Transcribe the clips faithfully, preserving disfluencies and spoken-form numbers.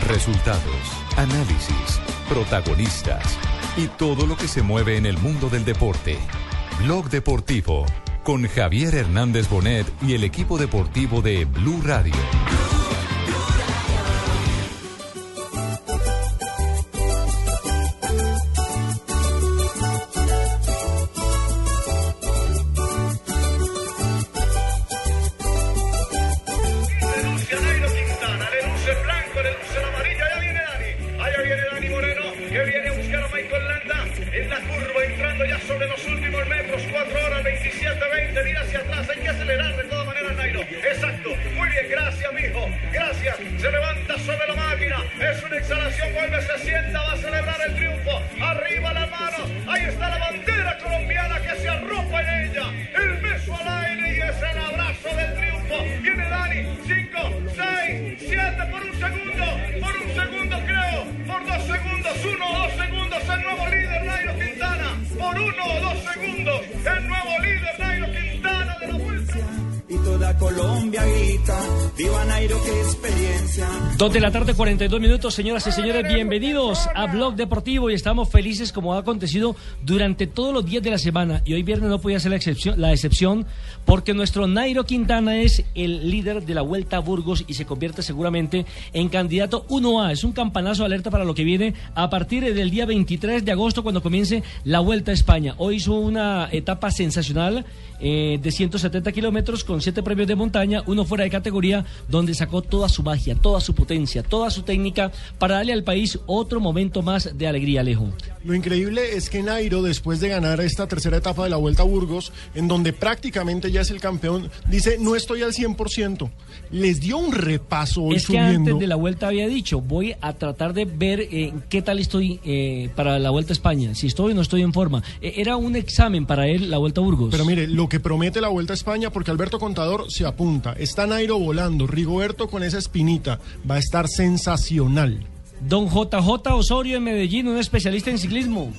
Resultados, análisis, protagonistas y todo lo que se mueve en el mundo del deporte. Blog Deportivo con Javier Hernández Bonet y el equipo deportivo de Blue Radio. Dos de la tarde, cuarenta y dos minutos, señoras y señores, bienvenidos a Blog Deportivo y estamos felices como ha acontecido durante todos los días de la semana y hoy viernes no podía ser la excepción, la excepción porque nuestro Nairo Quintana es el líder de la Vuelta a Burgos y se convierte seguramente en candidato uno A. Es un campanazo de alerta para lo que viene a partir del día veintitrés de agosto cuando comience la Vuelta a España. Hoy hizo una etapa sensacional eh, de ciento setenta kilómetros con siete premios de montaña, uno fuera de categoría donde sacó toda su magia, toda su potencia, toda su técnica para darle al país otro momento más de alegría, Alejo. Lo increíble es que Nairo, después de ganar esta tercera etapa de la Vuelta a Burgos, en donde prácticamente ya es el campeón, dice, no estoy al cien por ciento. Les dio un repaso hoy es subiendo. Que antes de la Vuelta había dicho, voy a tratar de ver eh, qué tal estoy eh, para la Vuelta a España, si estoy o no estoy en forma. Eh, era un examen para él la Vuelta a Burgos. Pero mire, lo que promete la Vuelta a España, porque Alberto Contador se apunta, está Nairo volando, Rigoberto con esa espinita, va a estar sensacional. Don J J Osorio en Medellín, un especialista en ciclismo.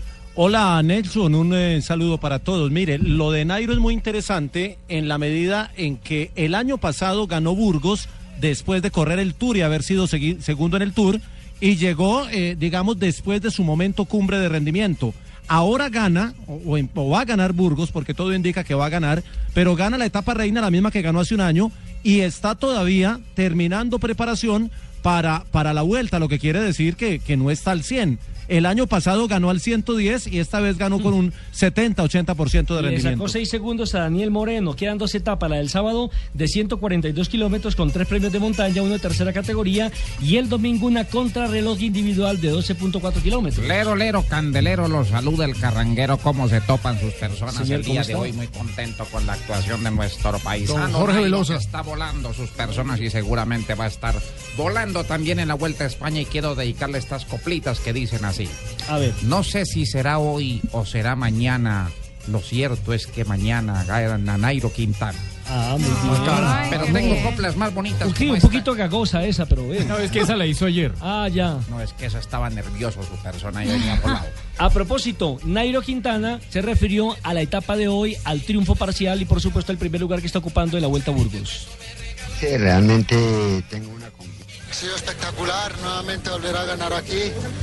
Hola Nelson, un eh, saludo para todos. Mire, lo de Nairo es muy interesante en la medida en que el año pasado ganó Burgos después de correr el Tour y haber sido segui- segundo en el Tour y llegó, eh, digamos, después de su momento cumbre de rendimiento. Ahora gana, o, o, o va a ganar Burgos, porque todo indica que va a ganar, pero gana la etapa reina, la misma que ganó hace un año, y está todavía terminando preparación para, para la Vuelta, lo que quiere decir que, que no está al cien. El año pasado ganó al ciento diez y esta vez ganó con un setenta ochenta por ciento de rendimiento. Le sacó seis segundos a Daniel Moreno. Quedan dos etapas, la del sábado de ciento cuarenta y dos kilómetros con tres premios de montaña, uno de tercera categoría, y el domingo una contrarreloj individual de doce punto cuatro kilómetros. Lero, lero, candelero, los saluda el carranguero. ¿Cómo se topan sus personas? Señor, el día de hoy muy contento con la actuación de nuestro paisano. Don Jorge Velosa. Está volando sus personas y seguramente va a estar volando también en la Vuelta a España y quiero dedicarle estas coplitas que dicen así. A ver. No sé si será hoy o será mañana. Lo cierto es que mañana gana Nairo Quintana. Ah, muy bien. Ay, pero tengo coplas más bonitas. Un, como un esta. poquito gagosa esa, pero bueno. No, es que esa la hizo ayer. Ah, ya. No, es que esa estaba nervioso su persona y venía volado. A propósito, Nairo Quintana se refirió a la etapa de hoy, al triunfo parcial y por supuesto al primer lugar que está ocupando en la Vuelta a Burgos. Sí, realmente tengo una... Ha sido espectacular nuevamente volver a ganar aquí.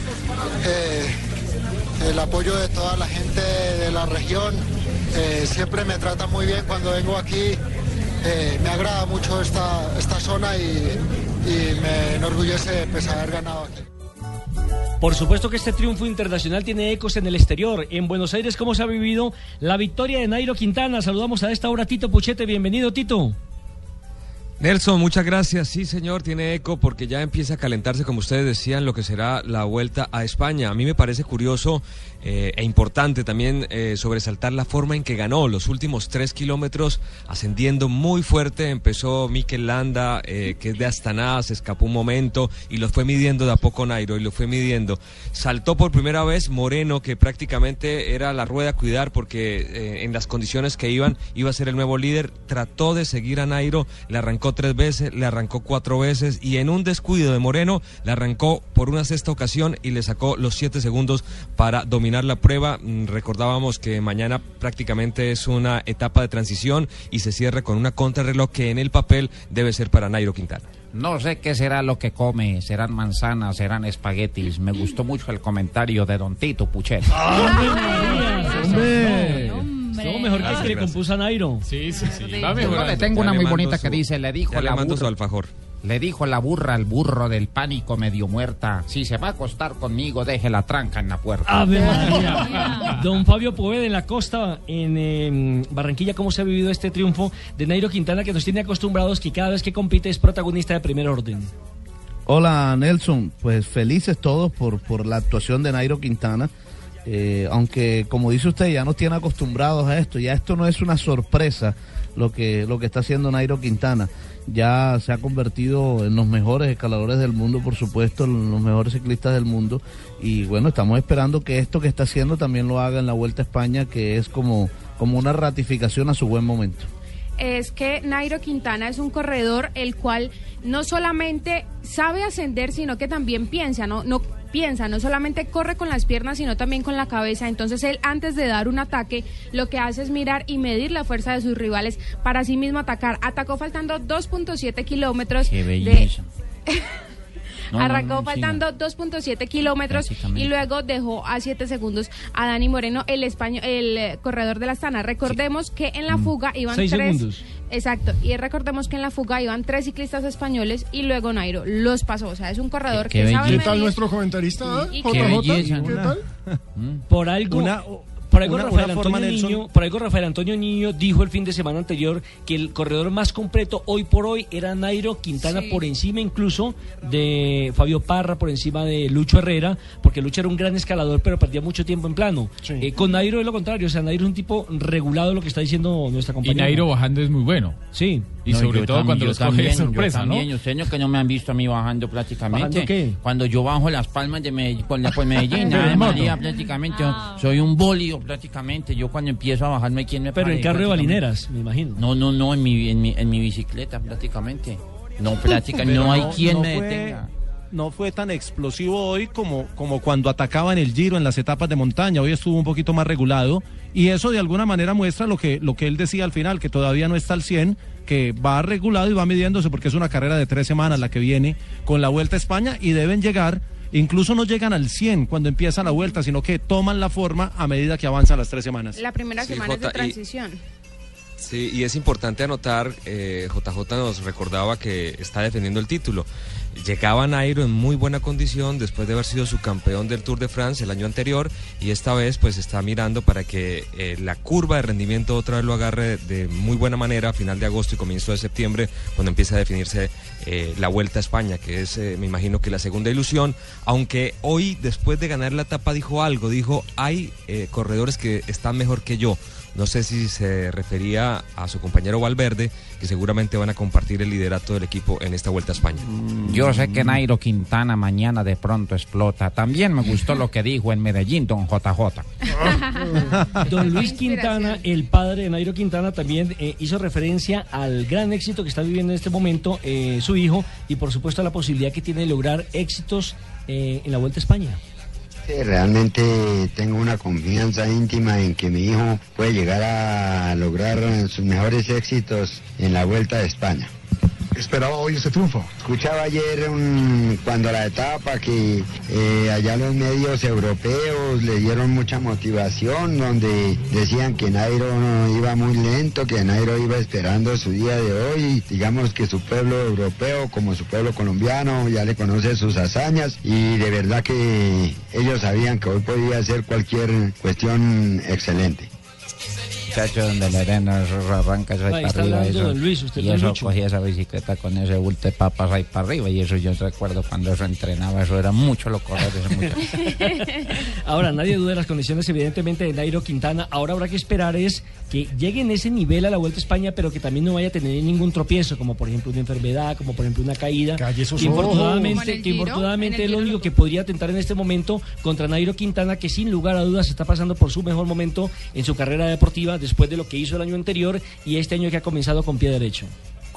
Eh, el apoyo de toda la gente de la región. Eh, siempre me trata muy bien cuando vengo aquí. Eh, me agrada mucho esta, esta zona y, y me enorgullece pues, haber ganado aquí. Por supuesto que este triunfo internacional tiene ecos en el exterior. En Buenos Aires, ¿cómo se ha vivido la victoria de Nairo Quintana? Saludamos a esta hora a Tito Puchete. Bienvenido, Tito. Nelson, muchas gracias. Sí, señor, tiene eco porque ya empieza a calentarse, como ustedes decían, lo que será la Vuelta a España. A mí me parece curioso eh, e importante también eh, sobresaltar la forma en que ganó los últimos tres kilómetros, ascendiendo muy fuerte. Empezó Mikel Landa, eh, que es de Astana, se escapó un momento y lo fue midiendo de a poco Nairo y lo fue midiendo. Saltó por primera vez Moreno, que prácticamente era la rueda a cuidar porque eh, en las condiciones que iban iba a ser el nuevo líder. Trató de seguir a Nairo, le arrancó arrancó tres veces, le arrancó cuatro veces y en un descuido de Moreno le arrancó por una sexta ocasión y le sacó los siete segundos para dominar la prueba. Recordábamos que mañana prácticamente es una etapa de transición y se cierra con una contrarreloj que en el papel debe ser para Nairo Quintana. No sé qué será lo que come, serán manzanas, serán espaguetis. Me gustó mucho el comentario de Don Tito Puchero. ¡Hombre! Estuvo mejor que el que le compuso a Nairo. Sí, sí, sí. Va mejorando. Le tengo una muy bonita que dice, le dijo ya la le mando burra, su alfajor. Le dijo la burra al burro del pánico medio muerta, si se va a acostar conmigo, deje la tranca en la puerta. ¡Ave María! Don Fabio Poveda en la costa, en eh, Barranquilla, ¿cómo se ha vivido este triunfo de Nairo Quintana, que nos tiene acostumbrados que cada vez que compite es protagonista de primer orden? Hola Nelson, pues felices todos por, por la actuación de Nairo Quintana, eh, aunque como dice usted ya nos tiene acostumbrados a esto, ya esto no es una sorpresa lo que, lo que está haciendo Nairo Quintana. Ya se ha convertido en los mejores escaladores del mundo, por supuesto, en los mejores ciclistas del mundo, y bueno, estamos esperando que esto que está haciendo también lo haga en la Vuelta a España, que es como, como una ratificación a su buen momento. Es que Nairo Quintana es un corredor el cual no solamente sabe ascender, sino que también piensa, no, no piensa, no solamente corre con las piernas, sino también con la cabeza. Entonces él, antes de dar un ataque, lo que hace es mirar y medir la fuerza de sus rivales para sí mismo atacar. Atacó faltando dos punto siete kilómetros. ¡Qué belleza! De... No, Arrancó no, no, faltando sí, dos punto siete kilómetros y luego dejó a siete segundos a Dani Moreno, el español, el corredor de la Astana. Recordemos sí. que en la fuga iban Seis tres. Segundos. Exacto, y recordemos que en la fuga iban tres ciclistas españoles y luego Nairo los pasó. O sea, es un corredor ¿Qué, que qué sabe ¿Qué tal medir? nuestro comentarista? Y, y J J, qué, ¿qué tal? Por algo... Una... Por algo, una, Rafael una Antonio Niño, por algo Rafael Antonio Niño dijo el fin de semana anterior que el corredor más completo hoy por hoy era Nairo Quintana, sí. por encima incluso de Fabio Parra, por encima de Lucho Herrera, porque Lucho era un gran escalador pero perdía mucho tiempo en plano. Sí. Eh, con Nairo es lo contrario, o sea, Nairo es un tipo regulado, lo que está diciendo nuestra compañera. Y Nairo bajando es muy bueno. Sí. Y no, sobre todo también, cuando los coge de sorpresa, yo también, ¿no? Ustedes que no me han visto a mí bajando prácticamente. ¿Bajando qué? Cuando yo bajo las palmas de Medellín, por, por Medellín, Ave María, prácticamente, ah. soy un bólido prácticamente. Yo cuando empiezo a bajarme, ¿quién me Pero pare, en carro de balineras, me imagino. No, no, no, en mi, en mi, en mi bicicleta prácticamente. No, prácticamente, no hay no, quien no me fue... detenga. No fue tan explosivo hoy como, como cuando atacaba en el Giro, en las etapas de montaña. Hoy estuvo un poquito más regulado y eso de alguna manera muestra lo que, lo que él decía al final, que todavía no está al cien, que va regulado y va midiéndose porque es una carrera de tres semanas la que viene con la Vuelta a España y deben llegar, incluso no llegan al cien cuando empieza la Vuelta, sino que toman la forma a medida que avanzan las tres semanas. La primera sí, semana J, es de transición. Y, sí, y es importante anotar, eh, J J nos recordaba que está defendiendo el título. Llegaba Nairo en muy buena condición después de haber sido subcampeón del Tour de France el año anterior y esta vez pues está mirando para que eh, la curva de rendimiento otra vez lo agarre de muy buena manera a final de agosto y comienzo de septiembre, cuando empieza a definirse eh, la Vuelta a España, que es eh, me imagino que la segunda ilusión, aunque hoy después de ganar la etapa dijo algo, dijo hay eh, corredores que están mejor que yo. No sé si se refería a su compañero Valverde, que seguramente van a compartir el liderato del equipo en esta Vuelta a España. Yo sé que Nairo Quintana mañana de pronto explota. También me gustó lo que dijo en Medellín don J J. Don Luis Quintana, el padre de Nairo Quintana, también eh, hizo referencia al gran éxito que está viviendo en este momento eh, su hijo y por supuesto a la posibilidad que tiene de lograr éxitos eh, en la Vuelta a España. Realmente tengo una confianza íntima en que mi hijo puede llegar a lograr sus mejores éxitos en la Vuelta a España. Esperaba hoy ese triunfo. Escuchaba ayer un, cuando la etapa que eh, allá los medios europeos le dieron mucha motivación, donde decían que Nairo no iba muy lento, que Nairo iba esperando su día de hoy, digamos que su pueblo europeo como su pueblo colombiano ya le conoce sus hazañas y de verdad que ellos sabían que hoy podía ser cualquier cuestión excelente. Muchacho, donde la arena arranca eso ahí para arriba, eso, Luis, usted y eso Lucho. Cogía esa bicicleta con ese bulto de papas ahí para arriba, y eso yo recuerdo cuando eso entrenaba, eso era mucho lo correr ese muchacho. Ahora, nadie duda de las condiciones evidentemente de Nairo Quintana. Ahora habrá que esperar es que llegue en ese nivel a la Vuelta a España, pero que también no vaya a tener ningún tropiezo, como por ejemplo una enfermedad, como por ejemplo una caída, que infortunadamente, que infortunadamente es lo único que podría atentar en este momento contra Nairo Quintana, que sin lugar a dudas está pasando por su mejor momento en su carrera deportiva después de lo que hizo el año anterior y este año que ha comenzado con pie derecho.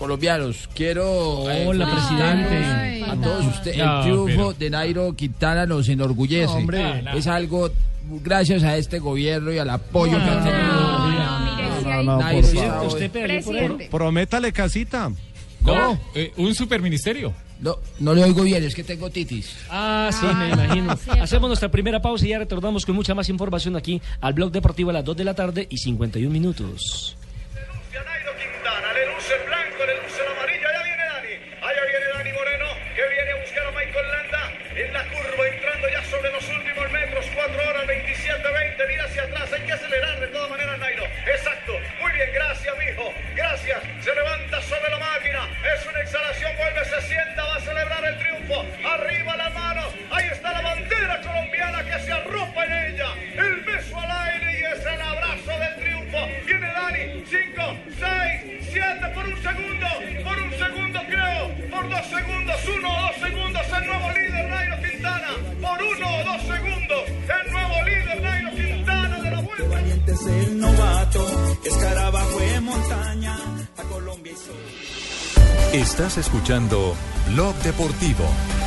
colombianos, quiero Hola, eh, presidente. a todos ustedes. No, el triunfo pero... de Nairo Quintana nos enorgullece. No, hombre. No, no. Es algo gracias a este gobierno y al apoyo No, que ha tenido. No, no, mire, si hay... no, Nairo por está favor. hoy- Usted peleó por él. Pro- Prométale casita. No, eh, un superministerio. No, no le oigo bien, es que tengo titis. Ah, sí, me imagino. Hacemos nuestra primera pausa y ya retornamos con mucha más información aquí al Blog Deportivo a las dos de la tarde y cincuenta y un minutos. Nairo Quintana, le luce el blanco, le luce el amarillo, allá viene Dani, allá viene Dani Moreno, que viene a buscar a Michael Landa, en la curva, entrando ya sobre los últimos metros, cuatro horas veintisiete veinte, mira hacia atrás, hay que acelerar de todas maneras Nairo, exacto, muy bien, gracias mijo, gracias, se levanta sobre la máquina, es una exhalación, vuelve, se sienta, va a celebrar el triunfo, arriba las manos, ahí está la bandera colombiana que se arropa en ella, el beso al aire y es el abrazo del triunfo, viene Dani, cinco, seis, siete, por un segundo, por un segundo creo, por dos segundos, uno o dos segundos, el nuevo líder Nairo Quintana, por uno o dos segundos, el nuevo líder Nairo Quintana de la Vuelta. Valiente es el novato, escarabajo en montaña, a Colombia y sol. Estás escuchando Blog Deportivo.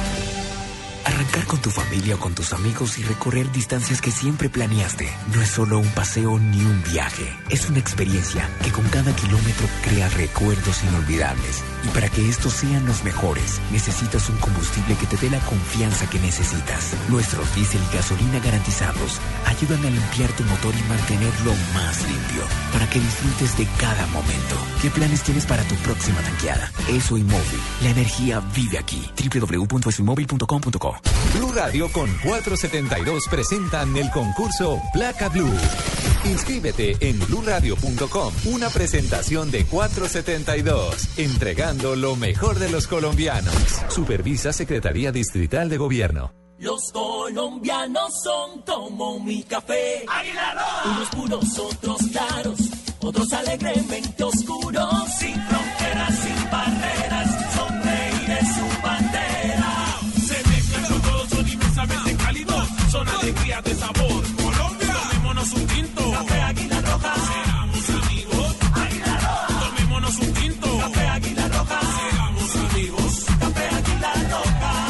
Arrancar con tu familia o con tus amigos y recorrer distancias que siempre planeaste no es solo un paseo ni un viaje. Es una experiencia que con cada kilómetro crea recuerdos inolvidables. Y para que estos sean los mejores, necesitas un combustible que te dé la confianza que necesitas. Nuestros diésel y gasolina garantizados ayudan a limpiar tu motor y mantenerlo más limpio, para que disfrutes de cada momento. ¿Qué planes tienes para tu próxima tanqueada? Eso y Móvil. La energía vive aquí. doble u doble u doble u punto eso y móvil punto com punto co. Blue Radio con cuatrocientos setenta y dos presentan el concurso Placa Blue. Inscríbete en blue radio punto com. Una presentación de cuatrocientos setenta y dos, entregando lo mejor de los colombianos. Supervisa Secretaría Distrital de Gobierno. Los colombianos son como mi café. Águila Roja. Unos puros, otros claros, otros alegremente oscuros. Sin fronteras, sin barreras, sonreír es su bandera. Se mezclan todos, son inmensamente cálidos, son alegría de sabor. Colombia, tomémonos un tinto. Café Águila Roja. Seamos amigos. Águila Roja. Tomémonos un tinto. Café Águila Roja. Seamos amigos. Café Águila Roja.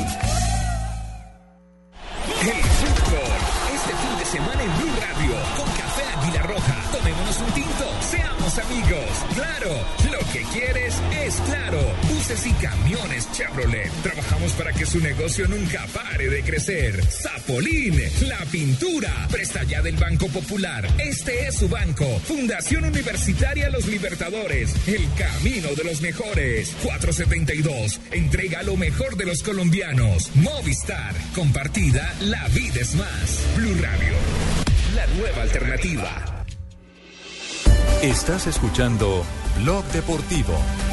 El fútbol, este fin de semana en Blue Radio, con Café Águila Roja. Tomémonos un tinto, seamos amigos. Claro, lo que quieres es claro. Buses y camiones Chevrolet. Trabajamos para que su negocio nunca pare de crecer. Zapolín, la pintura. Presta ya del Banco Popular. Este es su banco. Fundación Universitaria Los Libertadores. El camino de los mejores. cuatrocientos setenta y dos. Entrega lo mejor de los colombianos. Movistar. Compartida, la vida es más. Blue Radio. La nueva alternativa. Estás escuchando Blog Deportivo.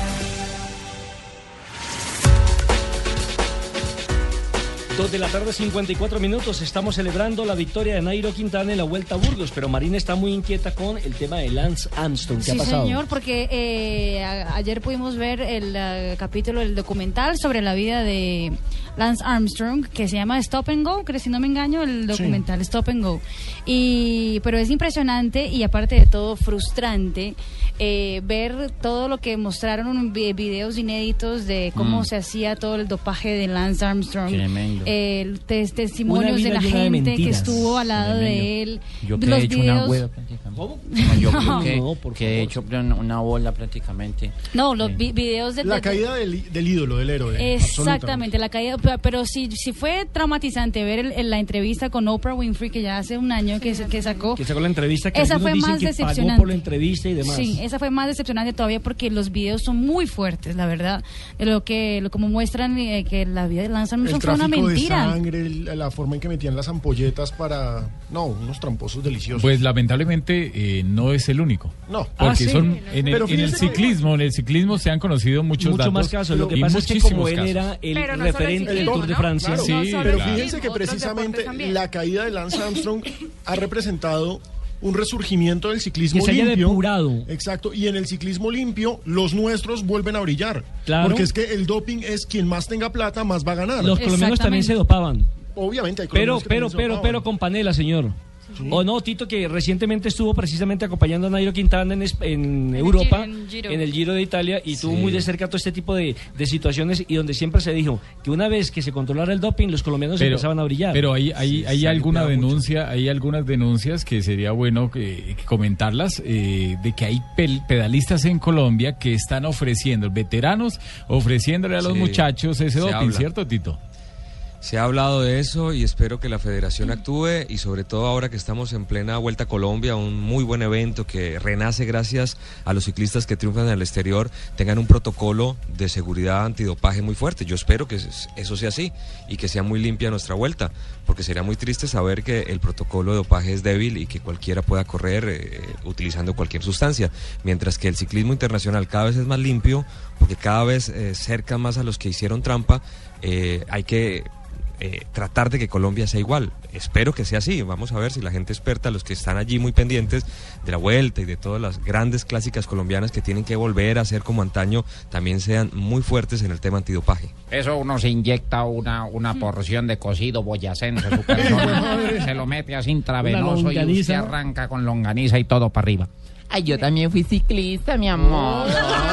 Dos de la tarde, cincuenta y cuatro minutos. Estamos celebrando la victoria de Nairo Quintana en la Vuelta a Burgos, pero Marina está muy inquieta con el tema de Lance Armstrong. ¿Qué sí, ha pasado? señor, porque eh, a, ayer pudimos ver el uh, capítulo del documental sobre la vida de Lance Armstrong, que se llama Stop and Go, que si no me engaño, el documental sí. Stop and Go. Y, pero es impresionante y aparte de todo frustrante eh, ver todo lo que mostraron videos inéditos de cómo mm. se hacía todo el dopaje de Lance Armstrong. Tremendo. Eh, tes, testimonios de la gente de que estuvo al lado Tremendo. de él. Yo que los he hecho videos... una hueva prácticamente. ¿Cómo? No, yo no, que, no, que he hecho una, una bola prácticamente. No, los vi videos de... La de, caída del, del ídolo, del héroe. Exactamente, la caída. Pero si, si fue traumatizante ver el, el, la entrevista con Oprah Winfrey, que ya hace un año que, que sacó... Que sacó la entrevista, que esa fue más que decepcionante. Pagó por la entrevista y demás. Sí, esa fue más decepcionante todavía porque los videos son muy fuertes, la verdad. Lo que lo, como muestran eh, que la vida de Lance Armstrong fue una mentira. De sangre, el, la forma en que metían las ampolletas para... No, unos tramposos deliciosos. Pues lamentablemente eh, no es el único. No. Porque ah, sí. son en el, en el ciclismo, que... en el ciclismo se han conocido muchos Mucho datos. más casos. Lo que pasa es que como él era el pero no referente del Tour de Francia. Claro, sí, no pero claro. Fíjense que precisamente la caída de Lance Armstrong ha representado un resurgimiento del ciclismo que se haya limpio. Depurado. Exacto, y en el ciclismo limpio los nuestros vuelven a brillar. Claro. Porque es que el doping es quien más tenga plata, más va a ganar. Los colombianos también se dopaban. Obviamente hay Pero, que pero, pero, pero con panela, señor. Sí. O no, Tito, que recientemente estuvo precisamente acompañando a Nairo Quintana en, en Europa, en, Giro. en el Giro de Italia, y Sí. tuvo muy de cerca todo este tipo de, de situaciones, y donde siempre se dijo que una vez que se controlara el doping, los colombianos Pero- empezaban a brillar. Pero hay, hay, Sí, hay se ha alguna limpiado denuncia, hay algunas denuncias que sería bueno que, que comentarlas, eh, de que hay pel- pedalistas en Colombia que están ofreciendo, veteranos, ofreciéndole a los Sí, muchachos ese se doping, habla. ¿cierto, Tito? Se ha hablado de eso y espero que la federación actúe, y sobre todo ahora que estamos en plena Vuelta a Colombia, un muy buen evento que renace gracias a los ciclistas que triunfan en el exterior, tengan un protocolo de seguridad antidopaje muy fuerte. Yo espero que eso sea así y que sea muy limpia nuestra vuelta, porque sería muy triste saber que el protocolo de dopaje es débil y que cualquiera pueda correr eh, utilizando cualquier sustancia, mientras que el ciclismo internacional cada vez es más limpio, porque cada vez eh, cerca más a los que hicieron trampa. eh, hay que Eh, tratar de que Colombia sea igual. Espero que sea así. Vamos a ver si la gente experta, los que están allí muy pendientes de la vuelta y de todas las grandes clásicas colombianas que tienen que volver a ser como antaño, también sean muy fuertes en el tema antidopaje. Eso uno se inyecta una, una porción de cocido boyacense, su persona, se lo mete así intravenoso y usted arranca con longaniza y todo para arriba. Ay, yo también fui ciclista, mi amor.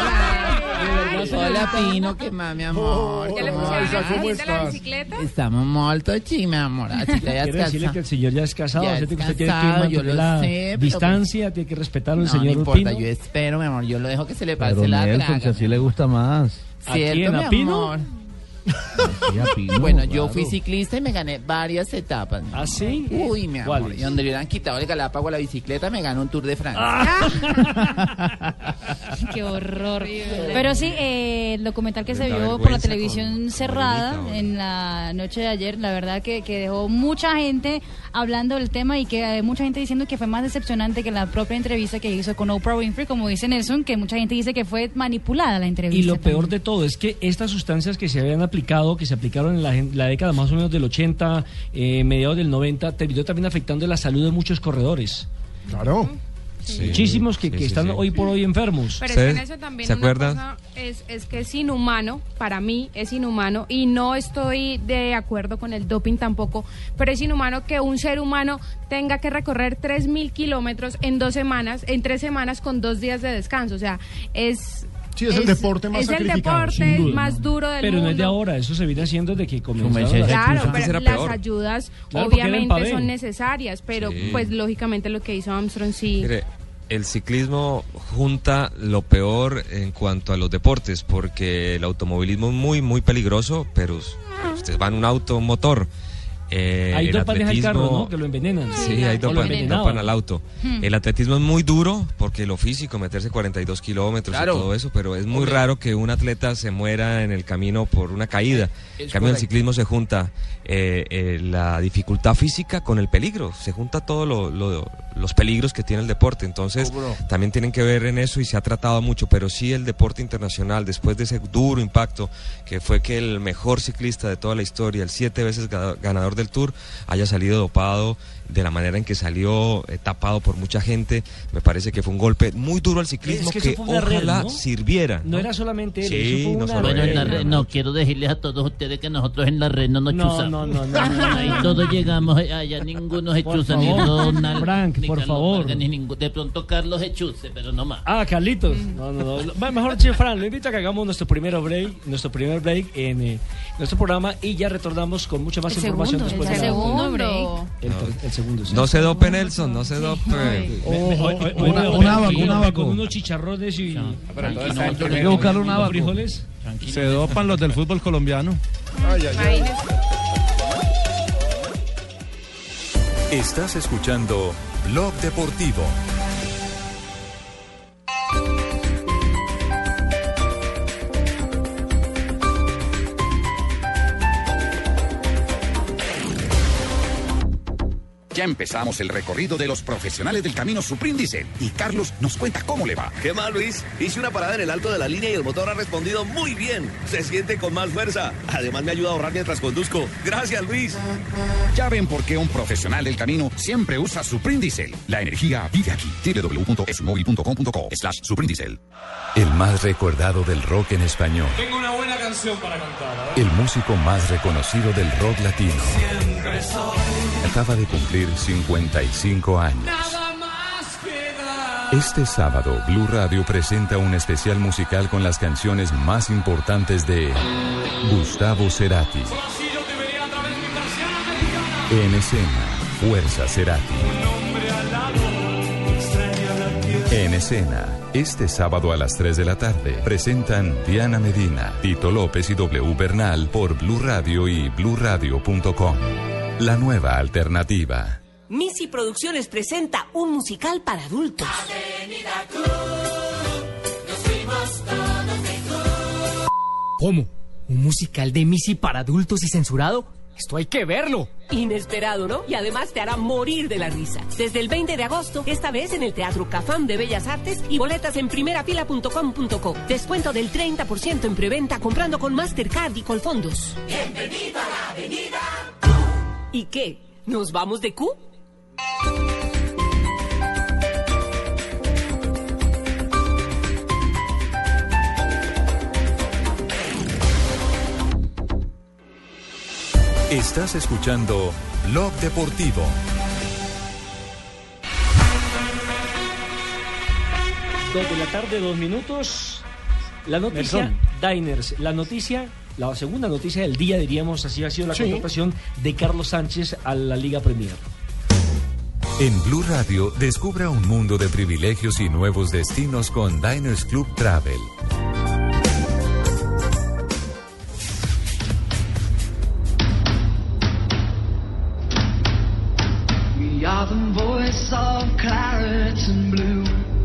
Hola, Pino, ¿qué más, mi amor? ¿Ya le pusieron el accidente de la bicicleta? Estamos molto chi, mi amor. Así te hayas Quiere decirle casado. que el señor ya es casado, Ya o sea, es que usted tiene que casado, yo mantener lo la sé, pero distancia, tiene que respetar al No, señor no importa, Pino. yo espero, mi amor. Yo lo dejo que se le pase Pero la Nelson, draga. si así le gusta más. ¿A ¿Cierto, quién, a mi Pino? amor? Sí, a Pino, Bueno, yo claro. fui ciclista y me gané varias etapas. ¿Ah, sí? Uy, mi amor. ¿Cuáles? Y donde le hubieran quitado el galápago a la bicicleta, me ganó un Tour de Francia. Ah. Qué horror. Pero sí, eh, el documental que se Da vio por la vergüenza televisión con cerrada Marinita, en la noche de ayer, la verdad que, que dejó mucha gente hablando del tema, y que hay mucha gente diciendo que fue más decepcionante que la propia entrevista que hizo con Oprah Winfrey, como dice Nelson, que mucha gente dice que fue manipulada la entrevista. Y lo también. peor de todo es que estas sustancias que se habían aplicado, que se aplicaron en la, gen- la década más o menos del ochenta, eh, mediados del noventa, terminó también afectando la salud de muchos corredores. Claro. Sí. Muchísimos que, Sí, que sí, están sí. hoy por hoy enfermos. Pero es que en ¿Ustedes eso también se una acuerdan? cosa es, es que es inhumano, para mí es inhumano, y no estoy de acuerdo con el doping tampoco, pero es inhumano que un ser humano tenga que recorrer tres mil kilómetros en dos semanas, en tres semanas con dos días de descanso. O sea, es... Sí, es el deporte más Es el sacrificado, sin deporte duda. más duro del Pero mundo. no es de ahora, eso se viene haciendo desde que comenzaron merced. las- Claro, Antes pero era las peor. ayudas Claro, porque era en obviamente papel. son necesarias, pero Sí. pues lógicamente lo que hizo Armstrong sí... Mire, el ciclismo junta lo peor en cuanto a los deportes, porque el automovilismo es muy, muy peligroso, pero ustedes van en un auto, un motor. Eh, Hay el dopajes al carro, atletismo- ¿no? Que lo envenenan. Sí, O hay lo dopan, envenenaban. dopan al auto. Hmm. El atletismo es muy duro porque lo físico, meterse cuarenta y dos kilómetros Claro. y todo eso, pero es muy Hombre. raro que un atleta se muera en el camino por una caída. Es En cambio, en el correcto. ciclismo se junta eh, eh, la dificultad física con el peligro, se junta todos lo, lo- los peligros que tiene el deporte. Entonces, ¿Cómo no? también tienen que ver en eso y se ha tratado mucho, pero sí el deporte internacional, después de ese duro impacto que fue que el mejor ciclista de toda la historia, el siete veces ga- ganador del Tour, haya salido dopado de la manera en que salió, eh, tapado por mucha gente, me parece que fue un golpe muy duro al ciclismo Es que que, eso fue una red, ojalá ¿no? sirviera. No era solamente él, Sí, eso fue no una solo red. Bueno, en la Bueno, red, no, quiero decirles a todos ustedes que nosotros en la red no nos No, chuzamos. no, no, no, no, no. Ahí todos llegamos, eh, allá ninguno se Por chuza, ni favor, Ronald, Frank, ni por Carlos favor. Vargas, ni ningún, de pronto Carlos se chuce, pero no más. Ah, Carlitos. No, no, no. Va, Mejor, che, Fran, lo invito a que hagamos nuestro primer break, nuestro primer break en eh, nuestro programa, y ya retornamos con mucha más El información segundo, después el de la- segundo break. El, ter- el segundo. sí. No se dope, Nelson, no se dope. Ojo, hoy- hoy Una- me- un abaco, tranquilo, un abaco. Con unos chicharrones y, Hay que buscar un y abaco. frijoles. Se dopan los del fútbol colombiano. Ay, ay, ay. Imagínese. Estás escuchando Blog Deportivo. Ya empezamos el recorrido de los profesionales del camino Suprindicel y Carlos nos cuenta cómo le va. ¿Qué más, Luis? Hice una parada en el alto de la línea y el motor ha respondido muy bien. Se siente con más fuerza. Además, me ayuda a ahorrar mientras conduzco. Gracias, Luis. Ya ven por qué un profesional del camino siempre usa Suprindicel. La energía vive aquí. doble u doble u doble u punto esumóvil punto com punto co slash Suprindicel. El más recordado del rock en español. Tengo una buena canción canción para cantar. El músico más reconocido del rock latino Siempre soy. acaba de cumplir cincuenta y cinco años. Nada más que dar. Este sábado, Blue Radio presenta un especial musical con las canciones más importantes de Gustavo Cerati. En escena, Fuerza Cerati. En escena, este sábado a las tres de la tarde, presentan Diana Medina, Tito López y W Bernal por Blue Radio y blue radio punto com. La nueva alternativa. Missy Producciones presenta un musical para adultos. Avenida Q, nos fuimos todos de Q. ¿Cómo? ¿Un musical de Missy para adultos y censurado? Esto hay que verlo. Inesperado, ¿no? Y además te hará morir de la risa. Desde el veinte de agosto, esta vez en el Teatro Cafam de Bellas Artes y boletas en primerafila punto com punto co. Descuento del treinta por ciento en preventa comprando con Mastercard y Colfondos. Bienvenido a la Avenida Q. ¿Y qué? ¿Nos vamos de Q? Estás escuchando Blog Deportivo. Dos de la tarde, dos minutos. La noticia, Nelson. Diners, la noticia, la segunda noticia del día, diríamos, así ha sido la Sí. contratación de Carlos Sánchez a la Liga Premier. En Blue Radio, descubra un mundo de privilegios y nuevos destinos con Diners Club Travel. We are the voice of claret and blue.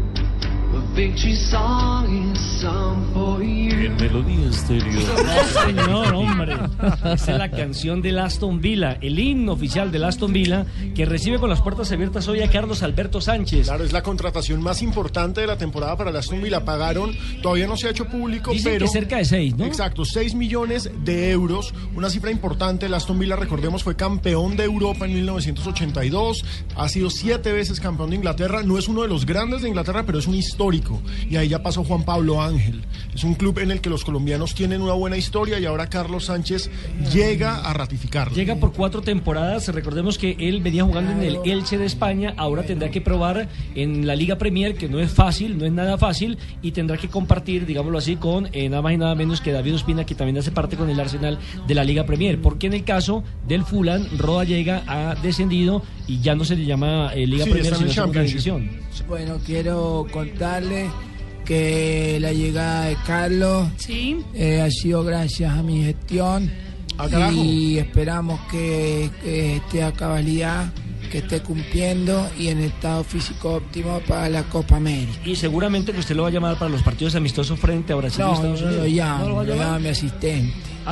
A victory song is sung for you. En Melodía Estéreo. Señor, hombre. Esa es la canción del Aston Villa, el himno oficial del Aston Villa, que recibe con las puertas abiertas hoy a Carlos Alberto Sánchez. Claro, es la contratación más importante de la temporada para el Aston Villa. Pagaron, todavía no se ha hecho público, Dicen pero... que cerca de seis, ¿no? Exacto, seis millones de euros, una cifra importante. El Aston Villa, recordemos, fue campeón de Europa en mil novecientos ochenta y dos, ha sido siete veces campeón de Inglaterra, no es uno de los grandes de Inglaterra, pero es un histórico. Y ahí ya pasó Juan Pablo Ángel. Es un club en el que los colombianos tienen una buena historia y ahora Carlos Sánchez llega a ratificarlo. Llega por cuatro temporadas. Recordemos que él venía jugando en el Elche de España. Ahora tendrá que probar en la Liga Premier, que no es fácil, no es nada fácil, y tendrá que compartir, digámoslo así, con eh, nada más y nada menos que David Ospina, que también hace parte con el Arsenal de la Liga Premier. Porque en el caso del Fulham, Roda llega, ha descendido y ya no se le llama eh, Liga Sí, Premier, está en sino el Segunda Championship. División. Bueno, quiero contarle que la llegada de Carlos Sí. eh, ha sido gracias a mi gestión Ah, carajo. y esperamos que, que esté a cabalidad, que esté cumpliendo y en estado físico óptimo para la Copa América. Y seguramente que usted lo va a llamar para los partidos amistosos frente a Brasil y No, Estados no Unidos. lo llamo, ¿No lo va a lo llamar? llama mi asistente.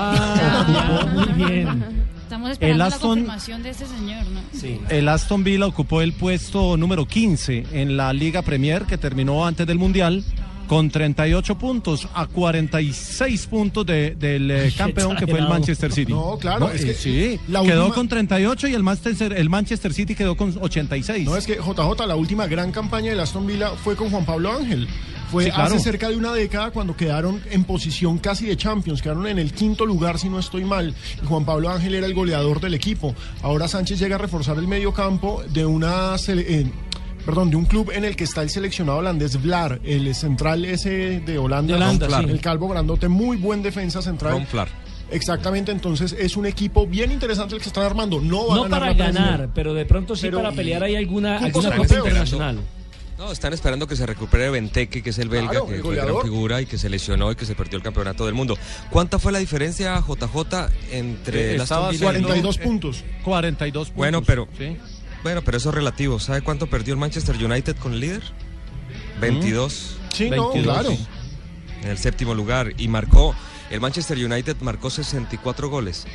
Ah, muy bien. Estamos esperando El la Aston- confirmación de este señor, ¿no? Sí. El Aston Villa ocupó el puesto número quince en la Liga Premier, que terminó antes del Mundial, con treinta y ocho puntos a cuarenta y seis puntos de- del eh, campeón, que fue el exagerado. Manchester City. No, claro, es eh, que sí, la quedó última- con treinta y ocho y el Manchester, el Manchester City quedó con ochenta y seis. No, es que J J, la última gran campaña del Aston Villa fue con Juan Pablo Ángel. Fue Sí, claro. hace cerca de una década cuando quedaron en posición casi de Champions, quedaron en el quinto lugar si no estoy mal. Y Juan Pablo Ángel era el goleador del equipo. Ahora Sánchez llega a reforzar el medio campo de una sele- eh, perdón, de un club en el que está el seleccionado holandés Vlaar, el central ese de Holanda, De Holanda, ¿no? sí. El calvo grandote, muy buen defensa central. Ron Flair. Exactamente, entonces es un equipo bien interesante el que están armando. No va a No ganar para la Premier. ganar, pero de pronto sí Pero- para pelear ahí alguna, Cupos alguna europeos. copa internacional. No, están esperando que se recupere Benteke, que es el belga, Claro, que el fue gran goleador. figura y que se lesionó y que se perdió el campeonato del mundo. ¿Cuánta fue la diferencia, J J, entre Eh, el estaba Aston Villa y el- cuarenta y dos puntos. cuarenta y dos puntos. Bueno, pero Sí. bueno, pero eso es relativo. ¿Sabe cuánto perdió el Manchester United con el líder? veintidós. Sí, no, veintidós, claro. sí. En el séptimo lugar. Y marcó, el Manchester United marcó sesenta y cuatro goles.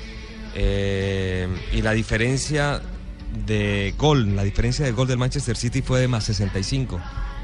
Eh, y la diferencia de gol, la diferencia de gol del Manchester City fue de más sesenta y cinco.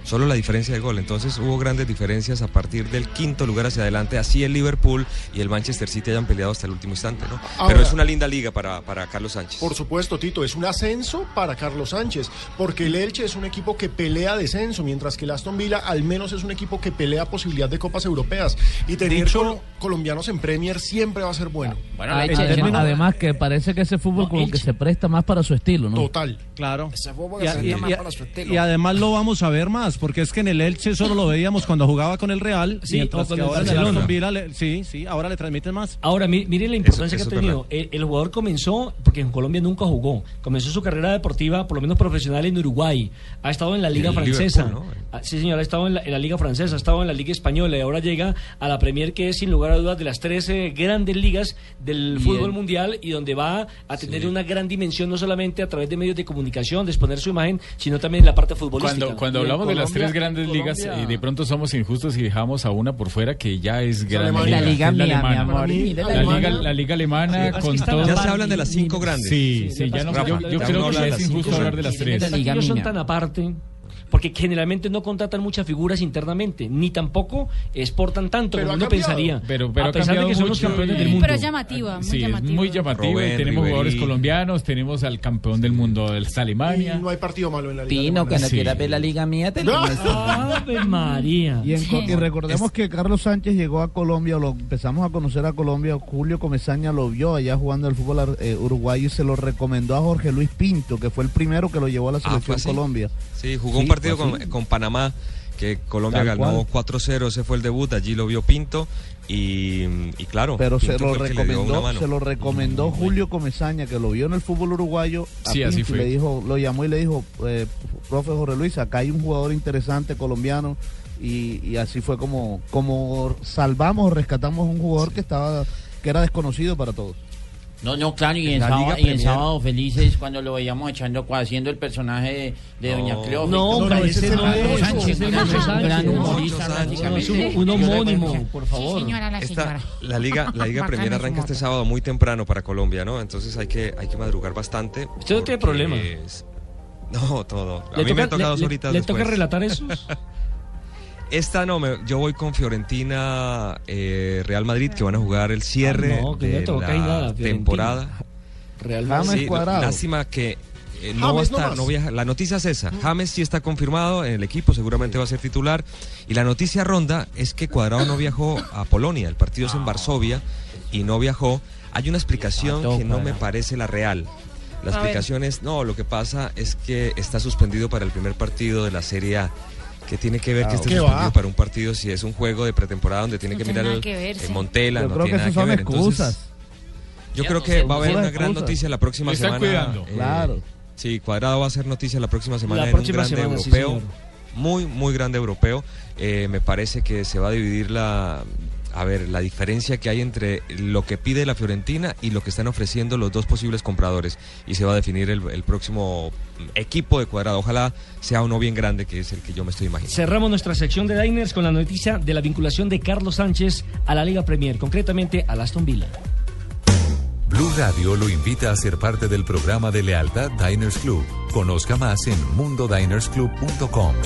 solo la diferencia de gol. Entonces hubo grandes diferencias a partir del quinto lugar hacia adelante, así el Liverpool y el Manchester City hayan peleado hasta el último instante, ¿no? Ahora, pero es una linda liga para, para Carlos Sánchez. Por supuesto, Tito, es un ascenso para Carlos Sánchez, porque el Elche es un equipo que pelea descenso, mientras que el Aston Villa al menos es un equipo que pelea posibilidad de copas europeas, y tener Dicho, col colombianos en Premier siempre va a ser bueno. Bueno, además, además que parece que ese fútbol No, como Elche. que se presta más para su estilo, ¿no? Total. Claro. Ese fútbol Y, que se y- llama y- para su estilo. y además lo vamos a ver más, porque es que en el Elche solo lo veíamos cuando jugaba con el Real, Sí, mientras o con que el ahora en el Barcelona. Aston Villa le- sí, sí, ahora le transmiten más. Ahora, mi- mire la importancia Eso- que eso ha es tenido. El, el jugador comenzó, porque en Colombia nunca jugó, comenzó su carrera deportiva, por lo menos profesional, en Uruguay. Ha estado en la Liga En Francesa. Liverpool, ¿no? Ah, Sí, señor, ha estado en la, en la Liga Francesa, ha estado en la Liga Española y ahora llega a la Premier, que es sin lugar a dudas de las trece grandes ligas del Y fútbol el- mundial, y donde va a tener una gran dimensión, no solamente a través de medios de comunicación, de exponer su imagen, sino también en la parte futbolística. Cuando, cuando Y en hablamos de las Colombia- tres grandes ligas, Colombia- eh, de pronto somos injustos y dejamos a una por fuera que ya es grande. Alemania. La liga que es mía, mi alemana. amor, mira la La liga, alemana. la liga alemana Sí, con está todo. Ya se hablan de las cinco grandes. Sí, sí, Sí, ya no, Rafa, yo, ya yo uno creo habla que de es las injusto cinco hablar de las tres. Los equipos son tan aparte, porque generalmente no contratan muchas figuras internamente, ni tampoco exportan tanto Pero como ha uno cambiado. pensaría. Pero- pero a ha pesar de cambiado que son los mucho campeones y- del mundo. Pero es llamativa, muy Sí, es llamativa. muy llamativo. Robben, y tenemos Ribery. jugadores colombianos, tenemos al campeón del mundo del Y Alemania. no hay partido malo en la Liga Tino, alemana. cuando Sí. quieras ver la liga mía, te lo muestro. Ave María. Y, en co- y recordemos que Carlos Sánchez llegó a Colombia, lo empezamos a conocer a Colombia, Julio Comesaña lo vio allá jugando el fútbol ar- eh, uruguayo y se lo recomendó a Jorge Luis Pinto, que fue el primero que lo llevó a la Ah, ¿fue selección así? Colombia. Sí, jugó Sí, un partido fue con, así. con Panamá, que Colombia Tal ganó cual. cuatro cero, ese fue el debut, allí lo vio Pinto y, y claro, Pero se Pinto lo fue el que le dio una recomendó, mano. se lo recomendó Julio Comesaña, que lo vio en el fútbol uruguayo. A Sí, así Pinto, y fue. le dijo, lo llamó y le dijo, eh, profe Jorge Luis, acá hay un jugador interesante colombiano. Y, y así fue como, como salvamos o rescatamos un jugador que estaba, que era desconocido para todos. No, no, claro, y en, La sábado, Liga y en Premier. Sábado Felices, cuando lo veíamos echando, haciendo el personaje de, de No. Doña Cleofas. No, No, pero no, ese ese no es es, Sánchez, ese es gran- Nacho Sánchez. gran No, humorista, Nacho Sánchez. no, es prácticamente. un, un Yo homónimo, recuerdo- por favor. señora, la Esta, señora. la Liga, la Liga Bacana Premier su arranca este moto. sábado muy temprano para Colombia, ¿no? Entonces hay que, hay que madrugar bastante. Usted no tiene porque problema. es- No, todo. A ¿Le mí me toca, toca le- dos le- horitas le después. toca relatar esos? Esta no, me- yo voy con Fiorentina, eh, Real Madrid, que van a jugar el cierre Ah, no, que no de le toca la ahí nada, Fiorentina. temporada. Real James Sí, Cuadrado. lástima que eh, no va a James estar, nomás. no viaja. La noticia es esa. James sí está confirmado en el equipo, seguramente va a ser titular. Y la noticia ronda es que Cuadrado no viajó a Polonia. El partido es en Varsovia y no viajó. Hay una explicación Faltó que no me Cuadrado. parece la real. La A ver. explicación es, no, lo que pasa es que está suspendido para el primer partido de la Serie A. Que tiene que ver que esté ¿Qué suspendido va? para un partido si es un juego de pretemporada donde tiene No que tiene mirar nada el, que ver, el sí. Montela, Yo no creo que tiene nada esas son que ver. Entonces, excusas. yo Ya creo no que sé, va a haber son una gran excusas. noticia la próxima Lo están semana. cuidando. Claro. Sí, Cuadrado va a ser noticia la próxima semana La en próxima un grande semana, sí, europeo. señor. muy, muy grande europeo. Eh, me parece que se va a dividir la... A ver, la diferencia que hay entre lo que pide la Fiorentina y lo que están ofreciendo los dos posibles compradores. Y se va a definir el, el próximo equipo de Cuadrado. Ojalá sea uno bien grande, que es el que yo me estoy imaginando. Cerramos nuestra sección de Diners con la noticia de la vinculación de Carlos Sánchez a la Liga Premier, concretamente al Aston Villa. Blue Radio lo invita a ser parte del programa de lealtad Diners Club. Conozca más en mundo diners club punto com.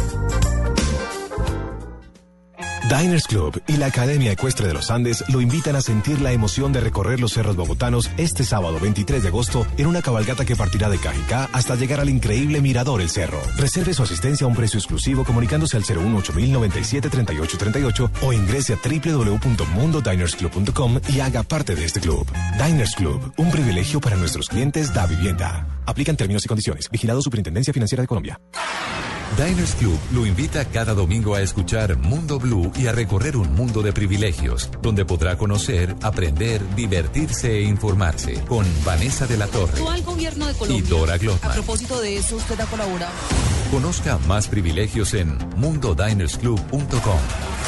Diners Club y la Academia Ecuestre de los Andes lo invitan a sentir la emoción de recorrer los cerros bogotanos este sábado veintitrés de agosto en una cabalgata que partirá de Cajicá hasta llegar al increíble Mirador El Cerro. Reserve su asistencia a un precio exclusivo comunicándose al cero uno ocho mil noventa y siete treinta y ocho treinta y ocho o ingrese a doble u doble u doble u punto mundo diners club punto com y haga parte de este club. Diners Club, un privilegio para nuestros clientes da vivienda. Aplican términos y condiciones. Vigilado Superintendencia Financiera de Colombia. Diners Club lo invita cada domingo a escuchar Mundo Blue y a recorrer un mundo de privilegios, donde podrá conocer, aprender, divertirse e informarse con Vanessa de la Torre Actual gobierno de y Colombia. Dora A Glotman. propósito de eso, usted ha colaborado. Conozca más privilegios en mundo diners club punto com.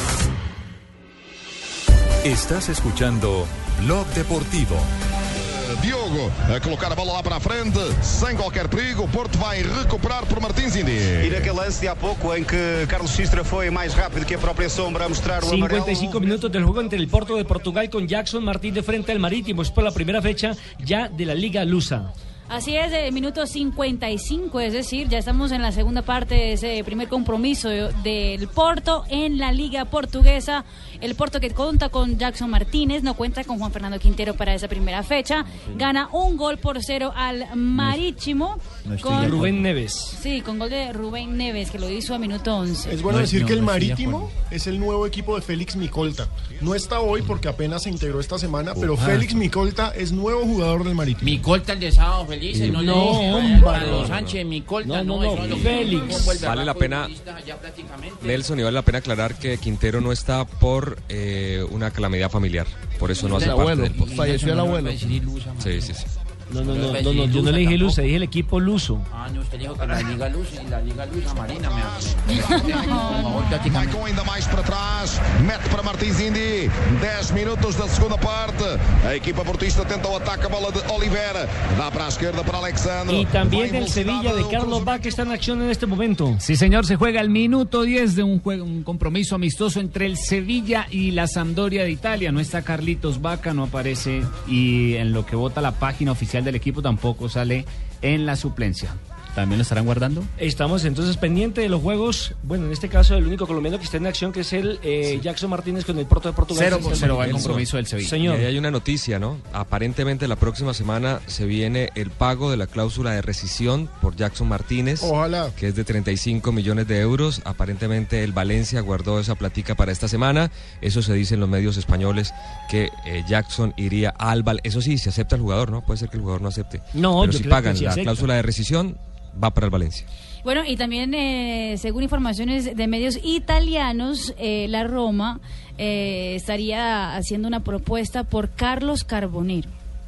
Estás escuchando Blog Deportivo. Diogo a colocar a bola lá para a frente, sem qualquer perigo. O Porto vai recuperar por Martins Indi. E naquele lance de há pouco em que Carlos Sistra foi mais rápido que a própria sombra a mostrar o amarelo. cincuenta y cinco minutos del juego entre el Porto de Portugal con Jackson Martín de frente al Marítimo. Es por la primera fecha ya de la Liga Lusa. Así es, el minuto cincuenta y cinco, es decir, ya estamos en la segunda parte de ese primer compromiso del Porto en la Liga Portuguesa. El Porto, que cuenta con Jackson Martínez, no cuenta con Juan Fernando Quintero para esa primera fecha. Gana un gol por cero al Marítimo. No con Rubén Neves. Sí, con gol de Rubén Neves, que lo hizo a minuto once. Es bueno decir que el Marítimo es el nuevo equipo de Félix Micolta. No está hoy porque apenas se integró esta semana, pero Ojalá. Félix Micolta es nuevo jugador del Marítimo. Micolta, el de sábado feliz, Sí. no, No, no, hombre. Pablo Sánchez, Micolta, No, no, no, eso no, lo- Félix. como el de Vale la acá, pena, futbolistas allá prácticamente. Nelson, y vale la pena aclarar que Quintero no está por eh, una calamidad familiar. Por eso no hace El parte abuelo, del Porto. falleció el abuelo. Sí, sí, sí. No, no, no, no, no, yo no le dije Lusa, dije el equipo luso. Ah, no, usted dijo que la Liga Luz y la Liga Luz Marina me Vai com ainda mais para trás, mete para Martins Indi, dez minutos da segunda parte. A equipa portista tenta o ataque, a bola de Oliveira, dá para a esquerda para Alexandre. Y también del Sevilla de Carlos Bach, que está en acción en este momento. Sí, señor, se juega el minuto diez de un juego, un compromiso amistoso entre el Sevilla y la Sampdoria de Italia. No está Carlitos Vaca, no aparece, y en lo que vota la página oficial del equipo tampoco sale en la suplencia. ¿También lo estarán guardando? Estamos entonces pendientes de los juegos. Bueno, en este caso el único colombiano que está en acción, que es el eh, Jackson Martínez con el Porto de Portugal. Cero por cero va el Nelson, compromiso del Sevilla. Señor. Y ahí hay una noticia, ¿no? Aparentemente la próxima semana se viene el pago de la cláusula de rescisión por Jackson Martínez. Ojalá. Que es de treinta y cinco millones de euros. Aparentemente el Valencia guardó esa platica para esta semana. Eso se dice en los medios españoles, que eh, Jackson iría al Val. Eso sí, se acepta el jugador, ¿no? Puede ser que el jugador no acepte. No, Pero yo si creo pagan que sí la acepta. cláusula de rescisión, va para el Valencia. Bueno, y también, eh, según informaciones de medios italianos, eh, la Roma eh, estaría haciendo una propuesta por Carlos Carbonero.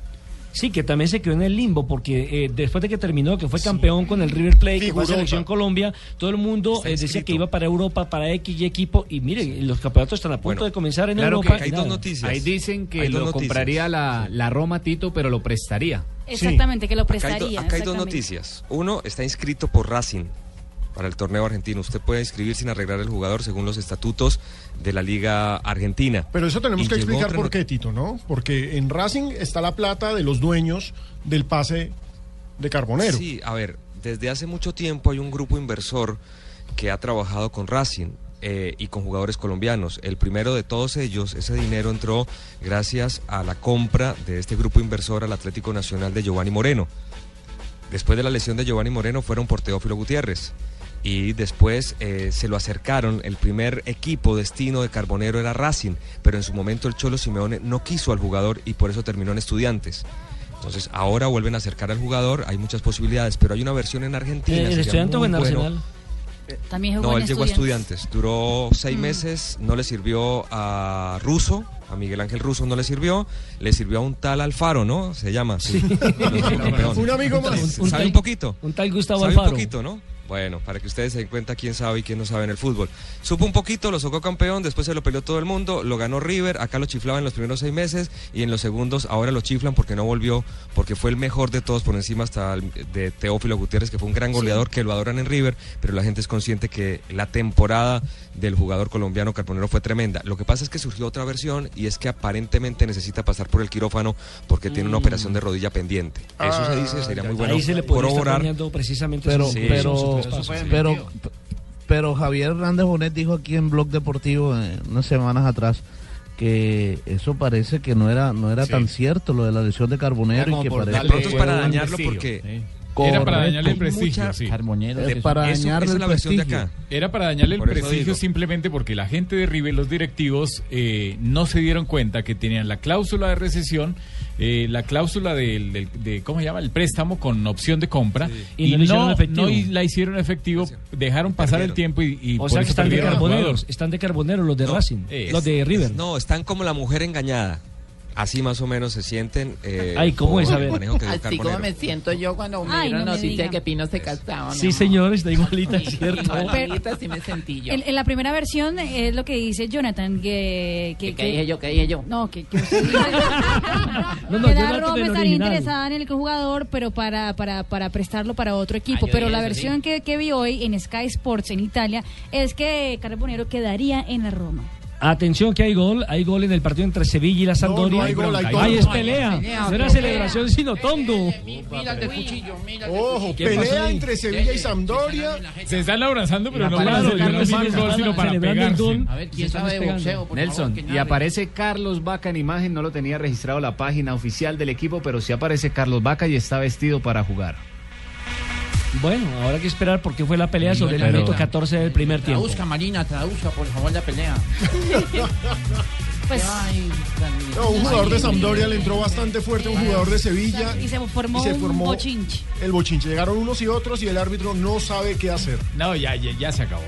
Sí, que también se quedó en el limbo, porque eh, después de que terminó, que fue campeón con el River Plate, que fue Figurota. selección Colombia, todo el mundo Está eh, decía inscrito. que iba para Europa, para X y equipo, y mire, los campeonatos están a punto Bueno, de comenzar en Claro Europa. que y hay dos nada. noticias. Ahí dicen que Hay dos lo noticias. compraría la, la Roma, Tito, pero lo prestaría. Exactamente, que lo Acá hay, do- prestaría. acá hay dos exactamente. noticias. Uno, está inscrito por Racing para el torneo argentino. Usted puede inscribir sin arreglar el jugador según los estatutos de la Liga Argentina. Pero eso tenemos Y que llegó explicar otra por not- qué, Tito, ¿no? Porque en Racing está la plata de los dueños del pase de Carbonero. Sí, a ver, desde hace mucho tiempo hay un grupo inversor que ha trabajado con Racing eh, y con jugadores colombianos. El primero de todos ellos, ese dinero entró gracias a la compra de este grupo inversor al Atlético Nacional de Giovanni Moreno. Después de la lesión de Giovanni Moreno fueron por Teófilo Gutiérrez. Y después eh, se lo acercaron. El primer equipo destino de Carbonero era Racing, pero en su momento el Cholo Simeone no quiso al jugador y por eso terminó en Estudiantes. Entonces ahora vuelven a acercar al jugador, hay muchas posibilidades, pero hay una versión en Argentina. Eh, ¿El sería estudiante o muy en bueno. Arsenal? También jugó No, en él llegó a Estudiantes. Estudiantes, duró seis meses, no le sirvió a Russo, a Miguel Ángel Russo no le sirvió, le sirvió a un tal Alfaro, ¿no? Se llama. Sí. Un amigo más. Un ¿Sabe tal- un poquito? Un tal Gustavo ¿Sabe Alfaro. un poquito, no? Bueno, para que ustedes se den cuenta quién sabe y quién no sabe en el fútbol. Supo un poquito, lo sacó campeón, después se lo peleó todo el mundo, lo ganó River, acá lo chiflaban en los primeros seis meses y en los segundos ahora lo chiflan porque no volvió, porque fue el mejor de todos por encima hasta el- de Teófilo Gutiérrez, que fue un gran goleador, que lo adoran en River, pero la gente es consciente que la temporada del jugador colombiano Carbonero fue tremenda. Lo que pasa es que surgió otra versión y es que aparentemente necesita pasar por el quirófano porque tiene una operación de rodilla pendiente. Eso se dice, sería muy bueno Ahí se le podría estar corroborar. dañando precisamente Pero, su- Sí, pero, su traspaso. pero, pero Javier Hernández Bonet dijo aquí en Blog Deportivo eh, unas semanas atrás que eso parece que no era no era Sí. tan cierto lo de la lesión de Carbonero Era como y que por parece darle- De pronto es para Fue un dañarlo prestigio, porque... Era para Correcto. dañarle el Hay prestigio, mucha- sí. Carbonero. Es para Eso- dañarle esa es el la versión de prestigio. acá. Era para dañarle el Por eso prestigio digo. simplemente porque la gente de River, los directivos, eh, no se dieron cuenta que tenían la cláusula de recesión, eh, la cláusula del, del- de, ¿cómo se llama? El préstamo con opción de compra. Y no lo hicieron efectivo. no y- la hicieron efectivo, dejaron pasar el tiempo y, y O por sea que eso están de perdieron al jugador. carboneros, están de carboneros los de No, Racing, es- los de River. No, están como la mujer engañada. Así más o menos se sienten. Eh, Ay, ¿cómo por es? A el ver. manejo que dio Así como Carbonero. me siento yo cuando me Ay, dieron no me noticia diga. de que Pino se casaba. mi Sí, amor. señor, está igualita, es cierto. Igualita, así me sentí yo. En, en la primera versión es lo que dice Jonathan, que... que, ¿Qué dije yo? ¿Qué dije yo? No, que, que usted dice No, no, que yo la no Roma tuve el estaría original. interesada en el jugador, pero para, para, para prestarlo para otro equipo. Ah, yo pero dije la eso, versión sí. que, que vi hoy en Sky Sports en Italia es que Carbonero quedaría en la Roma. Atención que hay gol, hay gol en el partido entre Sevilla y la Sampdoria. No, no hay gol, hay todo. Ay, es pelea. No era celebración sino tondo. Mira el cuchillo, mira el Ojo, ¿Qué pelea pasó ahí? entre Sevilla y Sampdoria. Se están abrazando, pero no Claro, para Carlos no Vaca un gol, sino para celebrando el pegarse. gol. A ver, ¿quién Se sabe de están boxeo? Por Nelson, favor, que y nadie. aparece Carlos Vaca en imagen, no lo tenía registrado la página oficial del equipo, pero sí aparece Carlos Vaca y está vestido para jugar. Bueno, ahora hay que esperar porque fue la pelea sobre el Pero- minuto catorce del primer tiempo. Traduzca, Marina, traduzca, por favor, la pelea. Pues, Ay, tan- No, un jugador de Sampdoria le entró bastante fuerte a un jugador de Sevilla. y se formó, y se un formó bochinche. el bochinche. Llegaron unos y otros y el árbitro no sabe qué hacer. No, ya, ya, ya se acabó.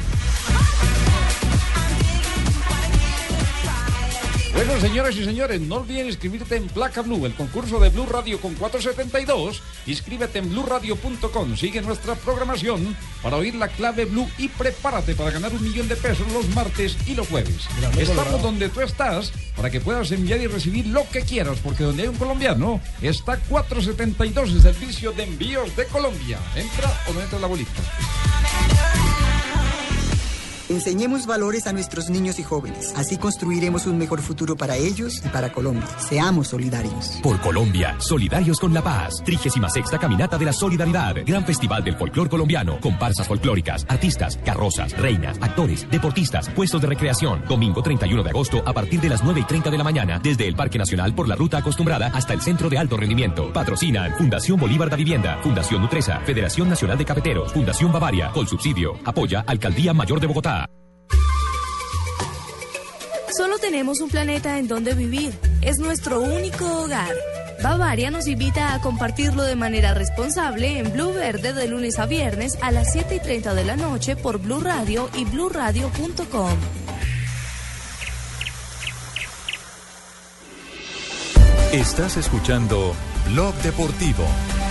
Bueno, señoras y señores, no olviden inscribirte en Placa Blue, el concurso de Blue Radio con cuatrocientos setenta y dos. Inscríbete en blue radio punto com. Sigue nuestra programación para oír la clave Blue y prepárate para ganar un millón de pesos los martes y los jueves. Grande Estamos Colorado. donde tú estás para que puedas enviar y recibir lo que quieras, porque donde hay un colombiano está cuatrocientos setenta y dos, el servicio de envíos de Colombia. ¿Entra o no entra la bolita? Enseñemos valores a nuestros niños y jóvenes. Así construiremos un mejor futuro para ellos y para Colombia. Seamos solidarios. Por Colombia, solidarios con la paz. Trigésima sexta Caminata de la Solidaridad. Gran festival del folclor colombiano. Comparsas folclóricas, artistas, carrozas, reinas, actores, deportistas, puestos de recreación. Domingo treinta y uno de agosto a partir de las nueve y treinta de la mañana. Desde el Parque Nacional por la ruta acostumbrada hasta el Centro de Alto Rendimiento. Patrocinan Fundación Bolívar da Vivienda, Fundación Nutresa, Federación Nacional de Cafeteros, Fundación Bavaria, Colsubsidio. Apoya Alcaldía Mayor de Bogotá. Solo tenemos un planeta en donde vivir. Es nuestro único hogar. Bavaria nos invita a compartirlo de manera responsable en Blue Verde de lunes a viernes a las siete y treinta de la noche por Blue Radio y blue radio punto com. Estás escuchando Blog Deportivo.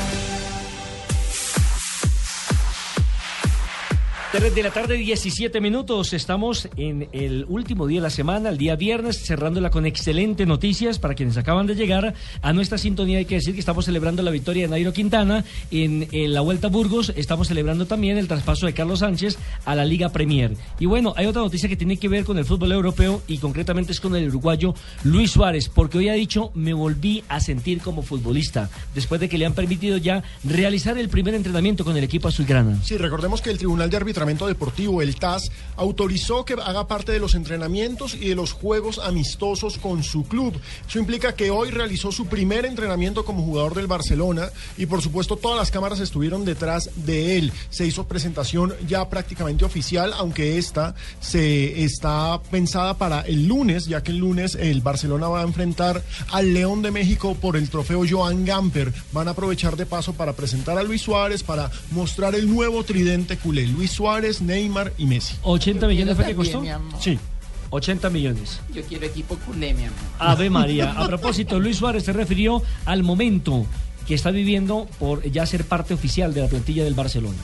tres de la tarde, diecisiete minutos. Estamos en el último día de la semana, el día viernes, cerrándola con excelentes noticias para quienes acaban de llegar a nuestra sintonía. Hay que decir que estamos celebrando la victoria de Nairo Quintana en, en la Vuelta a Burgos. Estamos celebrando también el traspaso de Carlos Sánchez a la Liga Premier. Y bueno, hay otra noticia que tiene que ver con el fútbol europeo y concretamente es con el uruguayo Luis Suárez, porque hoy ha dicho: me volví a sentir como futbolista, después de que le han permitido ya realizar el primer entrenamiento con el equipo azulgrana. Sí, recordemos que el Tribunal de Arbitramiento Deportivo, el T A S, autorizó que haga parte de los entrenamientos y de los juegos amistosos con su club. Eso implica que hoy realizó su primer entrenamiento como jugador del Barcelona y por supuesto todas las cámaras estuvieron detrás de él. Se hizo presentación ya prácticamente oficial, aunque esta se está pensada para el lunes, ya que el lunes el Barcelona va a enfrentar al León de México por el trofeo Joan Gamper. Van a aprovechar de paso para presentar a Luis Suárez, para mostrar el nuevo tridente culé: Luis Suárez, Neymar y Messi. ¿ochenta millones fue que también, costó? mi amor. Sí, ochenta millones. Yo quiero equipo culé, mi amor. Ave María. A propósito, Luis Suárez se refirió al momento que está viviendo por ya ser parte oficial de la plantilla del Barcelona.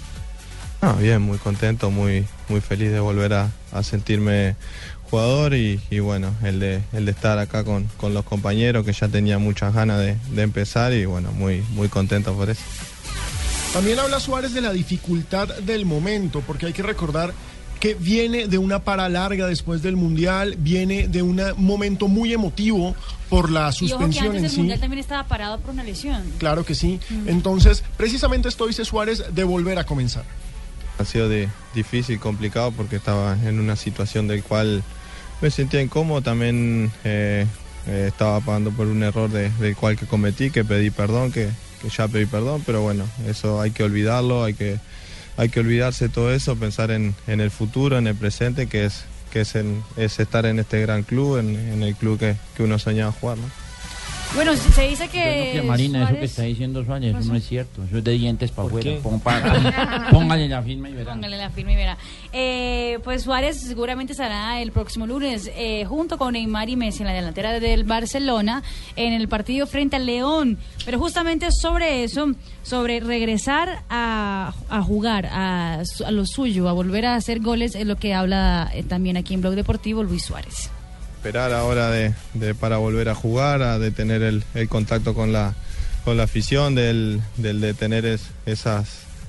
Ah, bien, muy contento, muy, muy feliz de volver a, a sentirme jugador y, y bueno, el de, el de estar acá con, con los compañeros, que ya tenía muchas ganas de, de empezar y bueno, muy, muy contento por eso. También habla Suárez de la dificultad del momento, porque hay que recordar que viene de una para larga después del Mundial, viene de un momento muy emotivo por la suspensión y ojo que antes en del sí. Mundial también estaba parado por una lesión. Claro que sí. Mm. Entonces, precisamente esto dice Suárez de volver a comenzar. Ha sido de, difícil, complicado, porque estaba en una situación del cual me sentía incómodo. También eh, eh, estaba pagando por un error de, del cual que cometí, que pedí perdón, que, que ya pedí perdón, pero bueno, eso hay que olvidarlo, hay que, hay que olvidarse de todo eso, pensar en, en el futuro, en el presente, que es, que es, en, es estar en este gran club, en, en el club que, que uno soñaba jugar, ¿no? Bueno, se dice que, Bueno, que Marina, Suárez... eso que está diciendo Suárez, eso no es cierto. Eso es de dientes para ¿Por afuera. qué? Pon para- Póngale la firma y verá. Póngale la firma y verá. Eh, pues Suárez seguramente estará el próximo lunes eh, junto con Neymar y Messi en la delantera del Barcelona en el partido frente al León. Pero justamente sobre eso, sobre regresar a, a jugar, a, a lo suyo, a volver a hacer goles, es lo que habla eh, también aquí en Blog Deportivo Luis Suárez. Esperar ahora de, de para volver a jugar, a de tener el, el contacto con la con la afición, del, del de tener es, esas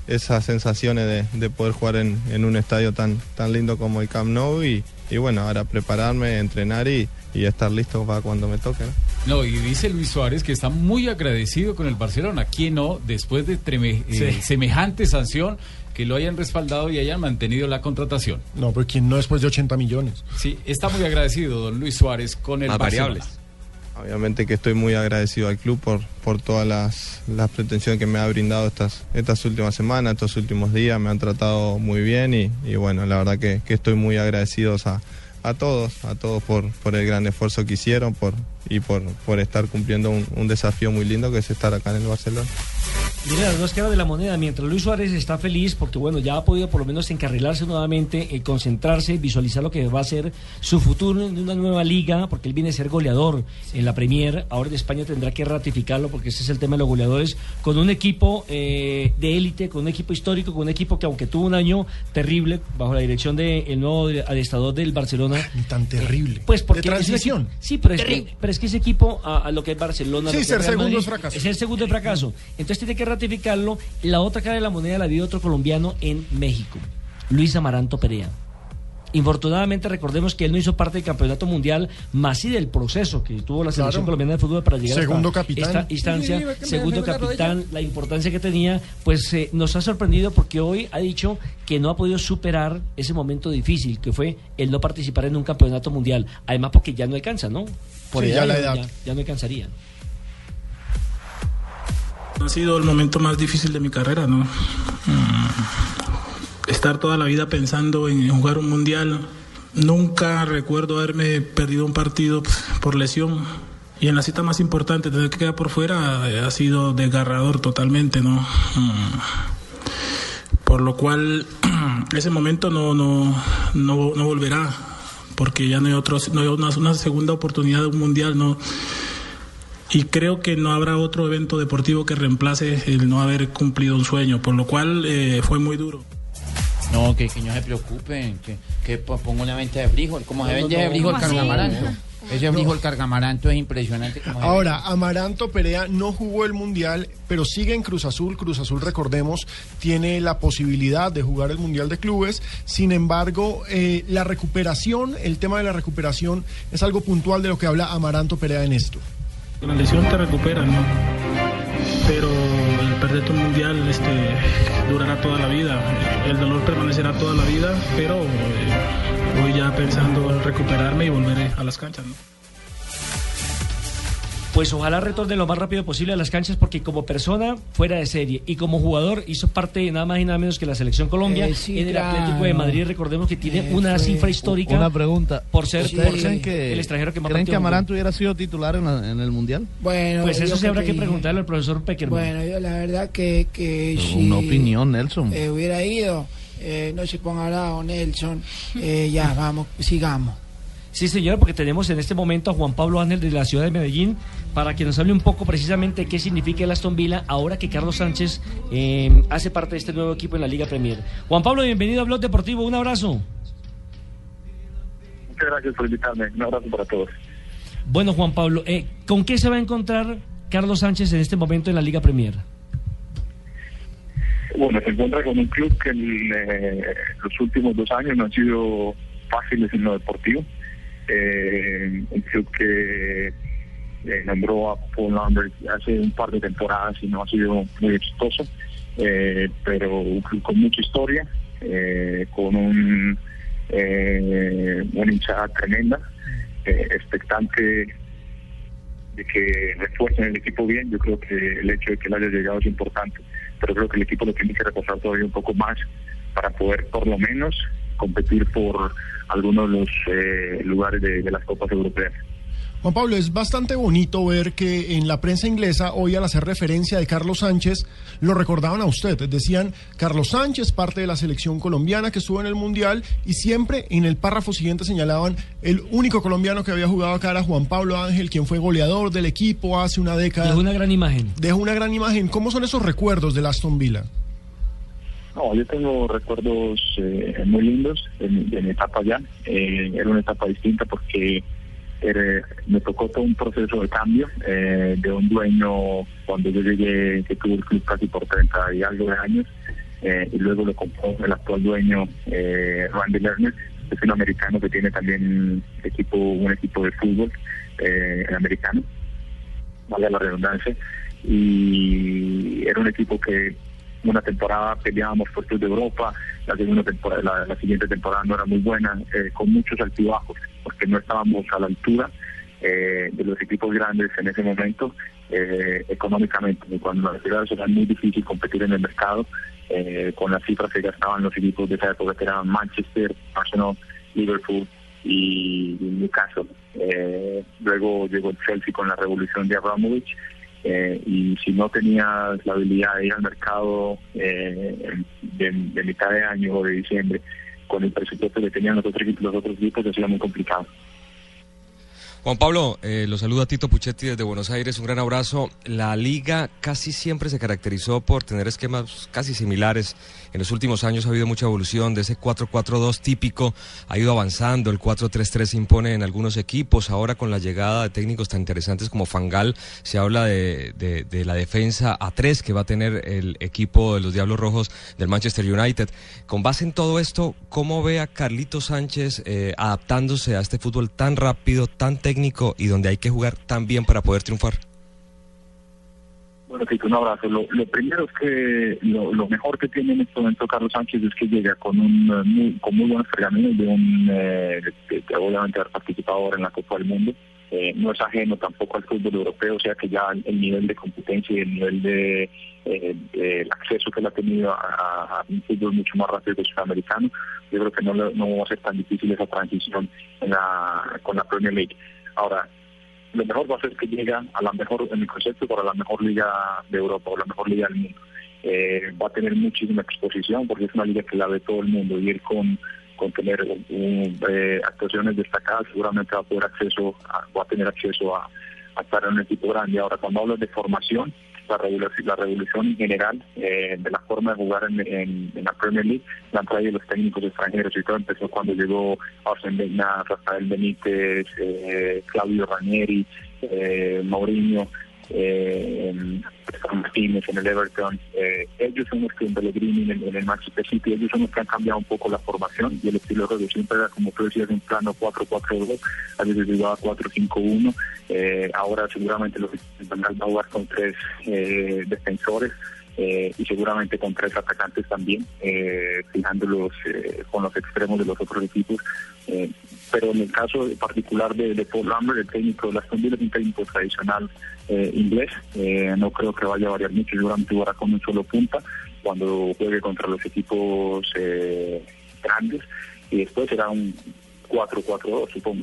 esas sensaciones de, de poder jugar en, en un estadio tan, tan lindo como el Camp Nou y, y bueno, ahora prepararme, entrenar y, y estar listo para cuando me toque, ¿no? No, y dice Luis Suárez que está muy agradecido con el Barcelona. ¿Quién no? Después de treme, sí. eh, semejante sanción, que lo hayan respaldado y hayan mantenido la contratación. No, pero ¿quién no después de ochenta millones? Sí, está muy agradecido don Luis Suárez con el Más Barcelona. variables. Obviamente que estoy muy agradecido al club por, por todas las, las pretensiones que me ha brindado estas, estas últimas semanas, estos últimos días. Me han tratado muy bien y, y bueno, la verdad que, que estoy muy agradecido a, a todos, a todos por, por el gran esfuerzo que hicieron por, y por, por estar cumpliendo un, un desafío muy lindo que es estar acá en el Barcelona. Mira, las dos caras de la moneda. Mientras Luis Suárez está feliz porque, bueno, ya ha podido por lo menos encarrilarse nuevamente, eh, concentrarse, visualizar lo que va a ser su futuro en una nueva liga, porque él viene a ser goleador en la Premier. Ahora en España tendrá que ratificarlo porque ese es el tema de los goleadores, con un equipo eh, de élite, con un equipo histórico, con un equipo que aunque tuvo un año terrible bajo la dirección del nuevo adestrador del Barcelona. Ni tan terrible. Eh, pues porque de transición. Equipo, sí, pero es, que, pero es que ese equipo a, a lo que es Barcelona, sí, lo que ser es Real segundo Madrid, es fracaso. Es el segundo de fracaso. Entonces tiene que ratificarlo. La otra cara de la moneda la vive otro colombiano en México, Luis Amaranto Perea. Infortunadamente recordemos que él no hizo parte del campeonato mundial, más sí del proceso que tuvo la selección claro. colombiana de fútbol para llegar segundo hasta capitán. esta instancia, sí, segundo capitán, la importancia que tenía, pues eh, nos ha sorprendido porque hoy ha dicho que no ha podido superar ese momento difícil que fue el no participar en un campeonato mundial, además porque ya no alcanza, ¿no? Por sí, edad, ya la edad. Ya, ya no alcanzaría. Ha sido el momento más difícil de mi carrera, ¿no? Estar toda la vida pensando en jugar un mundial. Nunca recuerdo haberme perdido un partido por lesión. Y en la cita más importante, tener que quedar por fuera ha sido desgarrador totalmente, ¿no? Por lo cual, ese momento no, no, no, no volverá, porque ya no hay, otro, no hay una, una segunda oportunidad de un mundial, ¿no? Y creo que no habrá otro evento deportivo que reemplace el no haber cumplido un sueño, por lo cual eh, fue muy duro. No, que, que no se preocupen, que, que pongo una venta de frijol, como se vende ese frijol cargamaranto. Ese frijol no. cargamaranto es impresionante. Ahora, Amaranto Perea no jugó el Mundial, pero sigue en Cruz Azul. Cruz Azul, recordemos, tiene la posibilidad de jugar el Mundial de Clubes. Sin embargo, eh, la recuperación, el tema de la recuperación es algo puntual de lo que habla Amaranto Perea en esto. La lesión te recupera, ¿no? Pero el perderte un mundial este, durará toda la vida. El dolor permanecerá toda la vida, pero eh, voy ya pensando en recuperarme y volver a las canchas, ¿no? Pues ojalá retorne lo más rápido posible a las canchas, porque como persona fuera de serie y como jugador hizo parte nada más y nada menos que la Selección Colombia eh, sí, en el claro. Atlético de Madrid. Recordemos que tiene eh, una cifra histórica. Una pregunta. Por ser, sí, por ser que, el extranjero que más ¿creen que Amaranto hubiera sido titular en, la, en el Mundial? Bueno, pues eso sí habrá que, que preguntarle al profesor Peckerman. Bueno, yo la verdad que, que si una opinión, Nelson. Eh, hubiera ido, eh, no se ponga bravo, Nelson. Eh, ya, vamos, sigamos. Sí, señor, porque tenemos en este momento a Juan Pablo Ángel de la ciudad de Medellín para que nos hable un poco precisamente qué significa el Aston Villa ahora que Carlos Sánchez eh, hace parte de este nuevo equipo en la Liga Premier. Juan Pablo, bienvenido a Blog Deportivo, un abrazo. Muchas gracias por invitarme, un abrazo para todos. Bueno, Juan Pablo, eh, ¿con qué se va a encontrar Carlos Sánchez en este momento en la Liga Premier? Bueno, se encuentra con un club que en eh, los últimos dos años no han sido fáciles en lo deportivo. Eh, un club que eh, nombró a Paul Lambert hace un par de temporadas y no ha sido muy exitoso, eh, pero un club con mucha historia, eh, con un eh, una hinchada tremenda, eh, expectante de que refuercen el equipo bien. Yo creo que el hecho de que él haya llegado es importante, pero creo que el equipo lo tiene que reforzar todavía un poco más para poder por lo menos competir por algunos de los eh, lugares de, de las copas europeas. Juan Pablo, es bastante bonito ver que en la prensa inglesa hoy, al hacer referencia de Carlos Sánchez, lo recordaban a usted. Decían, Carlos Sánchez, parte de la selección colombiana que estuvo en el Mundial, y siempre en el párrafo siguiente señalaban el único colombiano que había jugado acá era Juan Pablo Ángel, quien fue goleador del equipo hace una década. Dejó una gran imagen. Dejó una gran imagen. ¿Cómo son esos recuerdos del Aston Villa? No, yo tengo recuerdos eh, muy lindos de mi, de mi etapa allá. Eh, era una etapa distinta porque era, me tocó todo un proceso de cambio eh, de un dueño cuando yo llegué, que tuvo el club casi por treinta y algo de años, eh, y luego lo compró el actual dueño, eh, Randy Lerner, es un americano que tiene también equipo, un equipo de fútbol eh, americano, vale la redundancia, y era un equipo que una temporada peleábamos puestos de Europa, la segunda temporada, la, la siguiente temporada no era muy buena, eh, con muchos altibajos, porque no estábamos a la altura eh, de los equipos grandes en ese momento, eh, económicamente, y cuando las ciudades era muy difícil competir en el mercado, eh, con las cifras que gastaban los equipos de esa época, que eran Manchester, Arsenal, Liverpool y Newcastle. Eh, luego llegó el Chelsea con la revolución de Abramovich, Eh, y si no tenías la habilidad de ir al mercado eh, de, de mitad de año o de diciembre con el presupuesto que tenían los otros equipos, los otros equipos, eso era muy complicado. Juan Pablo, eh, lo saluda Tito Puchetti desde Buenos Aires, un gran abrazo. La liga casi siempre se caracterizó por tener esquemas casi similares. En los últimos años ha habido mucha evolución de ese cuatro cuatro dos típico, ha ido avanzando, el cuatro tres tres se impone en algunos equipos. Ahora con la llegada de técnicos tan interesantes como Fangal, se habla de, de, de la defensa a tres que va a tener el equipo de los Diablos Rojos del Manchester United. Con base en todo esto, ¿cómo ve a Carlitos Sánchez eh, adaptándose a este fútbol tan rápido, tan técnico y donde hay que jugar tan bien para poder triunfar? Bueno, sí, un abrazo. Lo, lo primero es que lo, lo mejor que tiene en este momento Carlos Sánchez es que llega con un uh, muy, con muy buenos pergaminos de un eh, de, de obviamente haber participado ahora en la Copa del Mundo. Eh, no es ajeno tampoco al fútbol europeo, o sea que ya el nivel de competencia y el nivel de eh, el acceso que él ha tenido a, a un fútbol mucho más rápido que el sudamericano, yo creo que no, no va a ser tan difícil esa transición en la, con la Premier League. Ahora, lo mejor va a ser que llega a la mejor, en mi concepto, para la mejor liga de Europa o la mejor liga del mundo. Eh, va a tener muchísima exposición porque es una liga que la ve todo el mundo, y él con, con tener un, eh, actuaciones destacadas seguramente va a poder acceso a, va a tener acceso a, a estar en un equipo grande. Ahora, cuando hablo de formación, la revolución, la revolución en general eh, de la forma de jugar en, en, en la Premier League la han traído los técnicos extranjeros, y todo empezó cuando llegó Arsène Wenger, Rafael Benítez, eh, Claudio Ranieri, eh, Mourinho, eh, Martínez en el Everton. Eh, ellos son los que en Pellegrini en el, en el Manchester City, ellos son los que han cambiado un poco la formación, y el estilo de juego siempre era, como tú decías, un plano cuatro cuatro dos, a veces jugaba cuatro cinco uno. Eh, ahora seguramente los van a jugar con tres eh, defensores eh, y seguramente con tres atacantes también, eh, fijándolos eh, con los extremos de los otros equipos. Eh, pero en el caso particular de, de Paul Lambert, el técnico de la Aston Villa, es un técnico tradicional eh, inglés, eh, no creo que vaya a variar mucho, seguramente jugará con un solo punta cuando juegue contra los equipos eh, grandes, y después será un cuatro cuatro dos, supongo.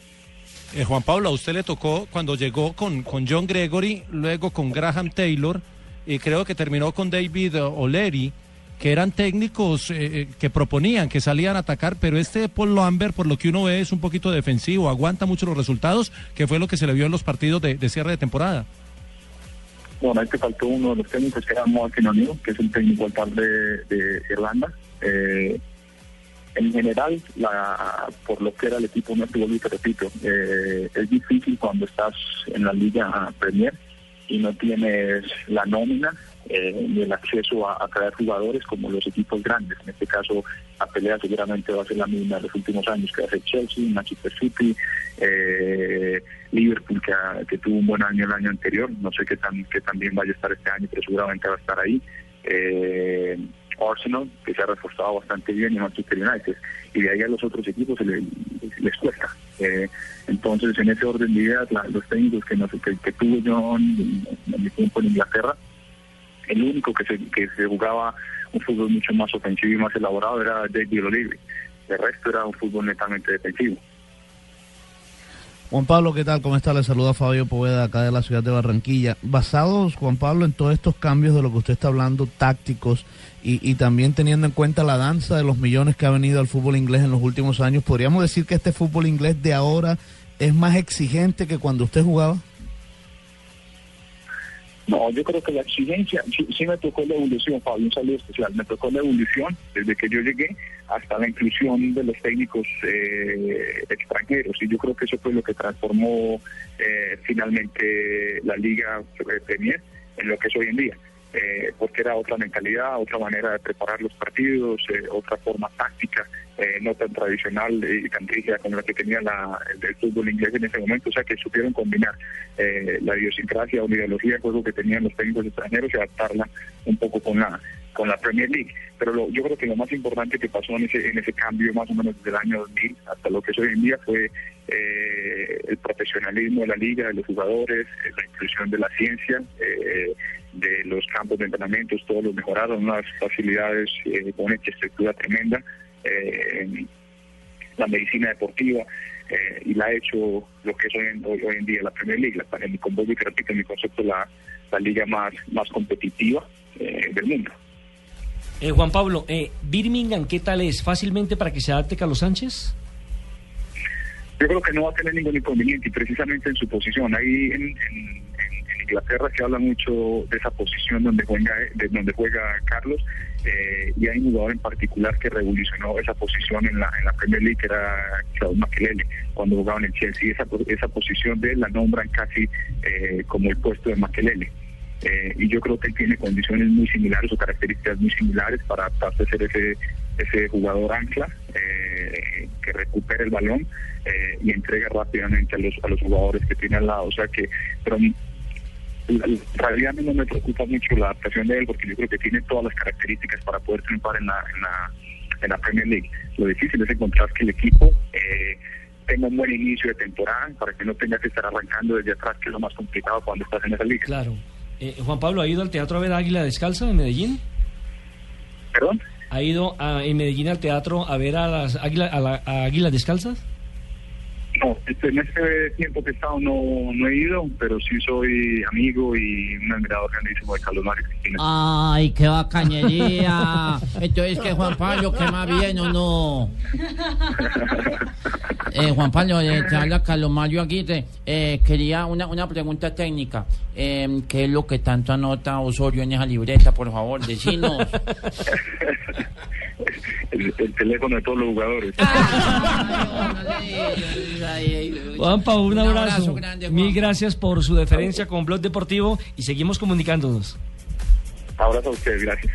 Eh, Juan Pablo, a usted le tocó cuando llegó con, con John Gregory, luego con Graham Taylor, y creo que terminó con David O'Leary, que eran técnicos eh, que proponían, que salían a atacar, pero este Paul Lambert, por lo que uno ve, es un poquito defensivo, aguanta mucho los resultados, que fue lo que se le vio en los partidos de, de cierre de temporada. Bueno, ahí te faltó uno de los técnicos, que era Martin O'Neill, que es un técnico al par de, de Irlanda. Eh, en general, la, por lo que era el equipo, no te vuelvo y te repito, eh, es difícil cuando estás en la Liga Premier y no tienes la nómina eh, ni el acceso a, a traer jugadores como los equipos grandes. En este caso, la pelea seguramente va a ser la misma de los últimos años, que va a ser Chelsea, Manchester City, eh, Liverpool, que, que tuvo un buen año el año anterior, no sé qué tan que también vaya a estar este año, pero seguramente va a estar ahí. Eh, Arsenal, que se ha reforzado bastante bien, y Manchester United, y de ahí a los otros equipos se les, les cuesta. Eh, entonces, en ese orden de ideas, la, los técnicos que, nos, que, que tuve yo en, en mi tiempo en Inglaterra, el único que se, que se jugaba un fútbol mucho más ofensivo y más elaborado era David O'Leary. El resto era un fútbol netamente defensivo. Juan Pablo, ¿qué tal? ¿Cómo está? Le saluda Fabio Poveda, acá de la ciudad de Barranquilla. Basados, Juan Pablo, en todos estos cambios de lo que usted está hablando, tácticos, y, y también teniendo en cuenta la danza de los millones que ha venido al fútbol inglés en los últimos años, ¿podríamos decir que este fútbol inglés de ahora es más exigente que cuando usted jugaba? No, yo creo que la exigencia, sí, sí me tocó la evolución, Fabio, un saludo especial, me tocó la evolución desde que yo llegué hasta la inclusión de los técnicos eh, extranjeros, y yo creo que eso fue lo que transformó eh, finalmente la Liga Premier en lo que es hoy en día. eh, porque era otra mentalidad, otra manera de preparar los partidos, eh, otra forma táctica, eh, no tan tradicional y tan rígida como la que tenía la, el, el fútbol inglés en ese momento, o sea que supieron combinar eh, la idiosincrasia o la ideología de juego que tenían los técnicos extranjeros y adaptarla un poco con la con la Premier League. Pero lo, yo creo que lo más importante que pasó en ese en ese cambio más o menos desde el año dos mil hasta lo que es hoy en día fue eh, el profesionalismo de la liga, de los jugadores, eh, la inclusión de la ciencia, eh, de los campos de entrenamientos, todos los mejoraron, unas facilidades eh, con una infraestructura tremenda, eh, la medicina deportiva, eh, y la ha hecho lo que es hoy en, hoy, hoy en día la Premier League, la, en mi, con y repito, en mi concepto, la, la liga más, más competitiva eh, del mundo. Eh, Juan Pablo, eh, Birmingham, ¿qué tal es? ¿Fácilmente para que se adapte Carlos Sánchez? Yo creo que no va a tener ningún inconveniente, y precisamente en su posición. Ahí en, en, en Inglaterra se habla mucho de esa posición donde juega, de donde juega Carlos, eh, y hay un jugador en particular que revolucionó esa posición en la, en la Premier League, que era Claude Makelele, cuando jugaba en el Chelsea. Esa, esa posición de él la nombran casi eh, como el puesto de Makelele. Eh, y yo creo que él tiene condiciones muy similares o características muy similares para adaptarse a ser ese ese jugador ancla eh, que recupera el balón eh, y entrega rápidamente a los a los jugadores que tiene al lado. O sea que, pero en realidad no me preocupa mucho la adaptación de él, porque yo creo que tiene todas las características para poder triunfar en la en la, en la Premier League. Lo difícil es encontrar que el equipo eh, tenga un buen inicio de temporada para que no tenga que estar arrancando desde atrás, que es lo más complicado cuando estás en esa liga. Claro. Eh, Juan Pablo, ¿ha ido al teatro a ver a Águila Descalza en Medellín? ¿Perdón? ¿Ha ido a, en Medellín al teatro a ver a las águila, a la, a Águilas Descalzas? No, este, en este tiempo que he estado no, no he ido, pero sí soy amigo y un admirador grandísimo de Carlos Mario Cristina. ¡Ay, qué bacanería! Entonces, ¿que Juan Pablo quema bien o no? Eh, Juan Pablo, eh, te habla Carlos Mario Aguirre. Eh, quería una, una pregunta técnica. Eh, ¿Qué es lo que tanto anota Osorio en esa libreta? Por favor, decinos. el, el teléfono de todos los jugadores. Juanpa, un abrazo. Un abrazo grande, Mil gracias por su deferencia con Blog Deportivo y seguimos comunicándonos. Abrazo a ustedes, gracias.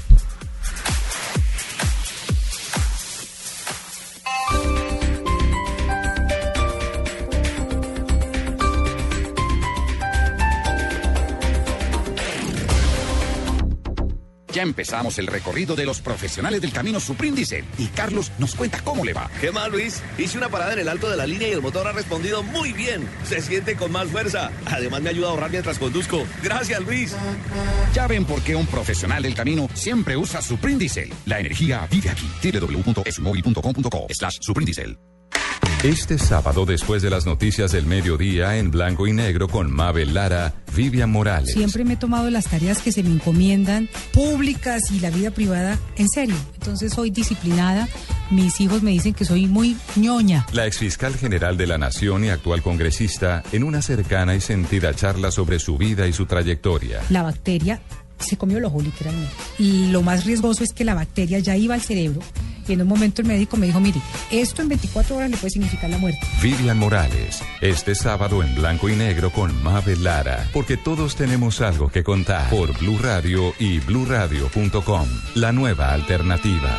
Ya empezamos el recorrido de los profesionales del camino Suprindicel y Carlos nos cuenta cómo le va. ¿Qué más, Luis? Hice una parada en el alto de la línea y el motor ha respondido muy bien. Se siente con más fuerza. Además me ayuda a ahorrar mientras conduzco. Gracias, Luis. Ya ven por qué un profesional del camino siempre usa Suprindicel. La energía vive aquí. doble u doble u doble u punto esmóvil punto com punto co slash Suprindicel. Este sábado, después de las noticias del mediodía, en blanco y negro con Mabel Lara, Vivian Morales. Siempre me he tomado las tareas que se me encomiendan, públicas y la vida privada, en serio. Entonces soy disciplinada. Mis hijos me dicen que soy muy ñoña. La exfiscal general de la Nación y actual congresista, en una cercana y sentida charla sobre su vida y su trayectoria. La bacteria se comió el ojo, literalmente. Y lo más riesgoso es que la bacteria ya iba al cerebro. Y en un momento el médico me dijo, mire, esto en veinticuatro horas le puede significar la muerte. Vivian Morales, este sábado en blanco y negro con Mabel Lara, porque todos tenemos algo que contar, por Blue Radio y blue radio punto com, la nueva alternativa.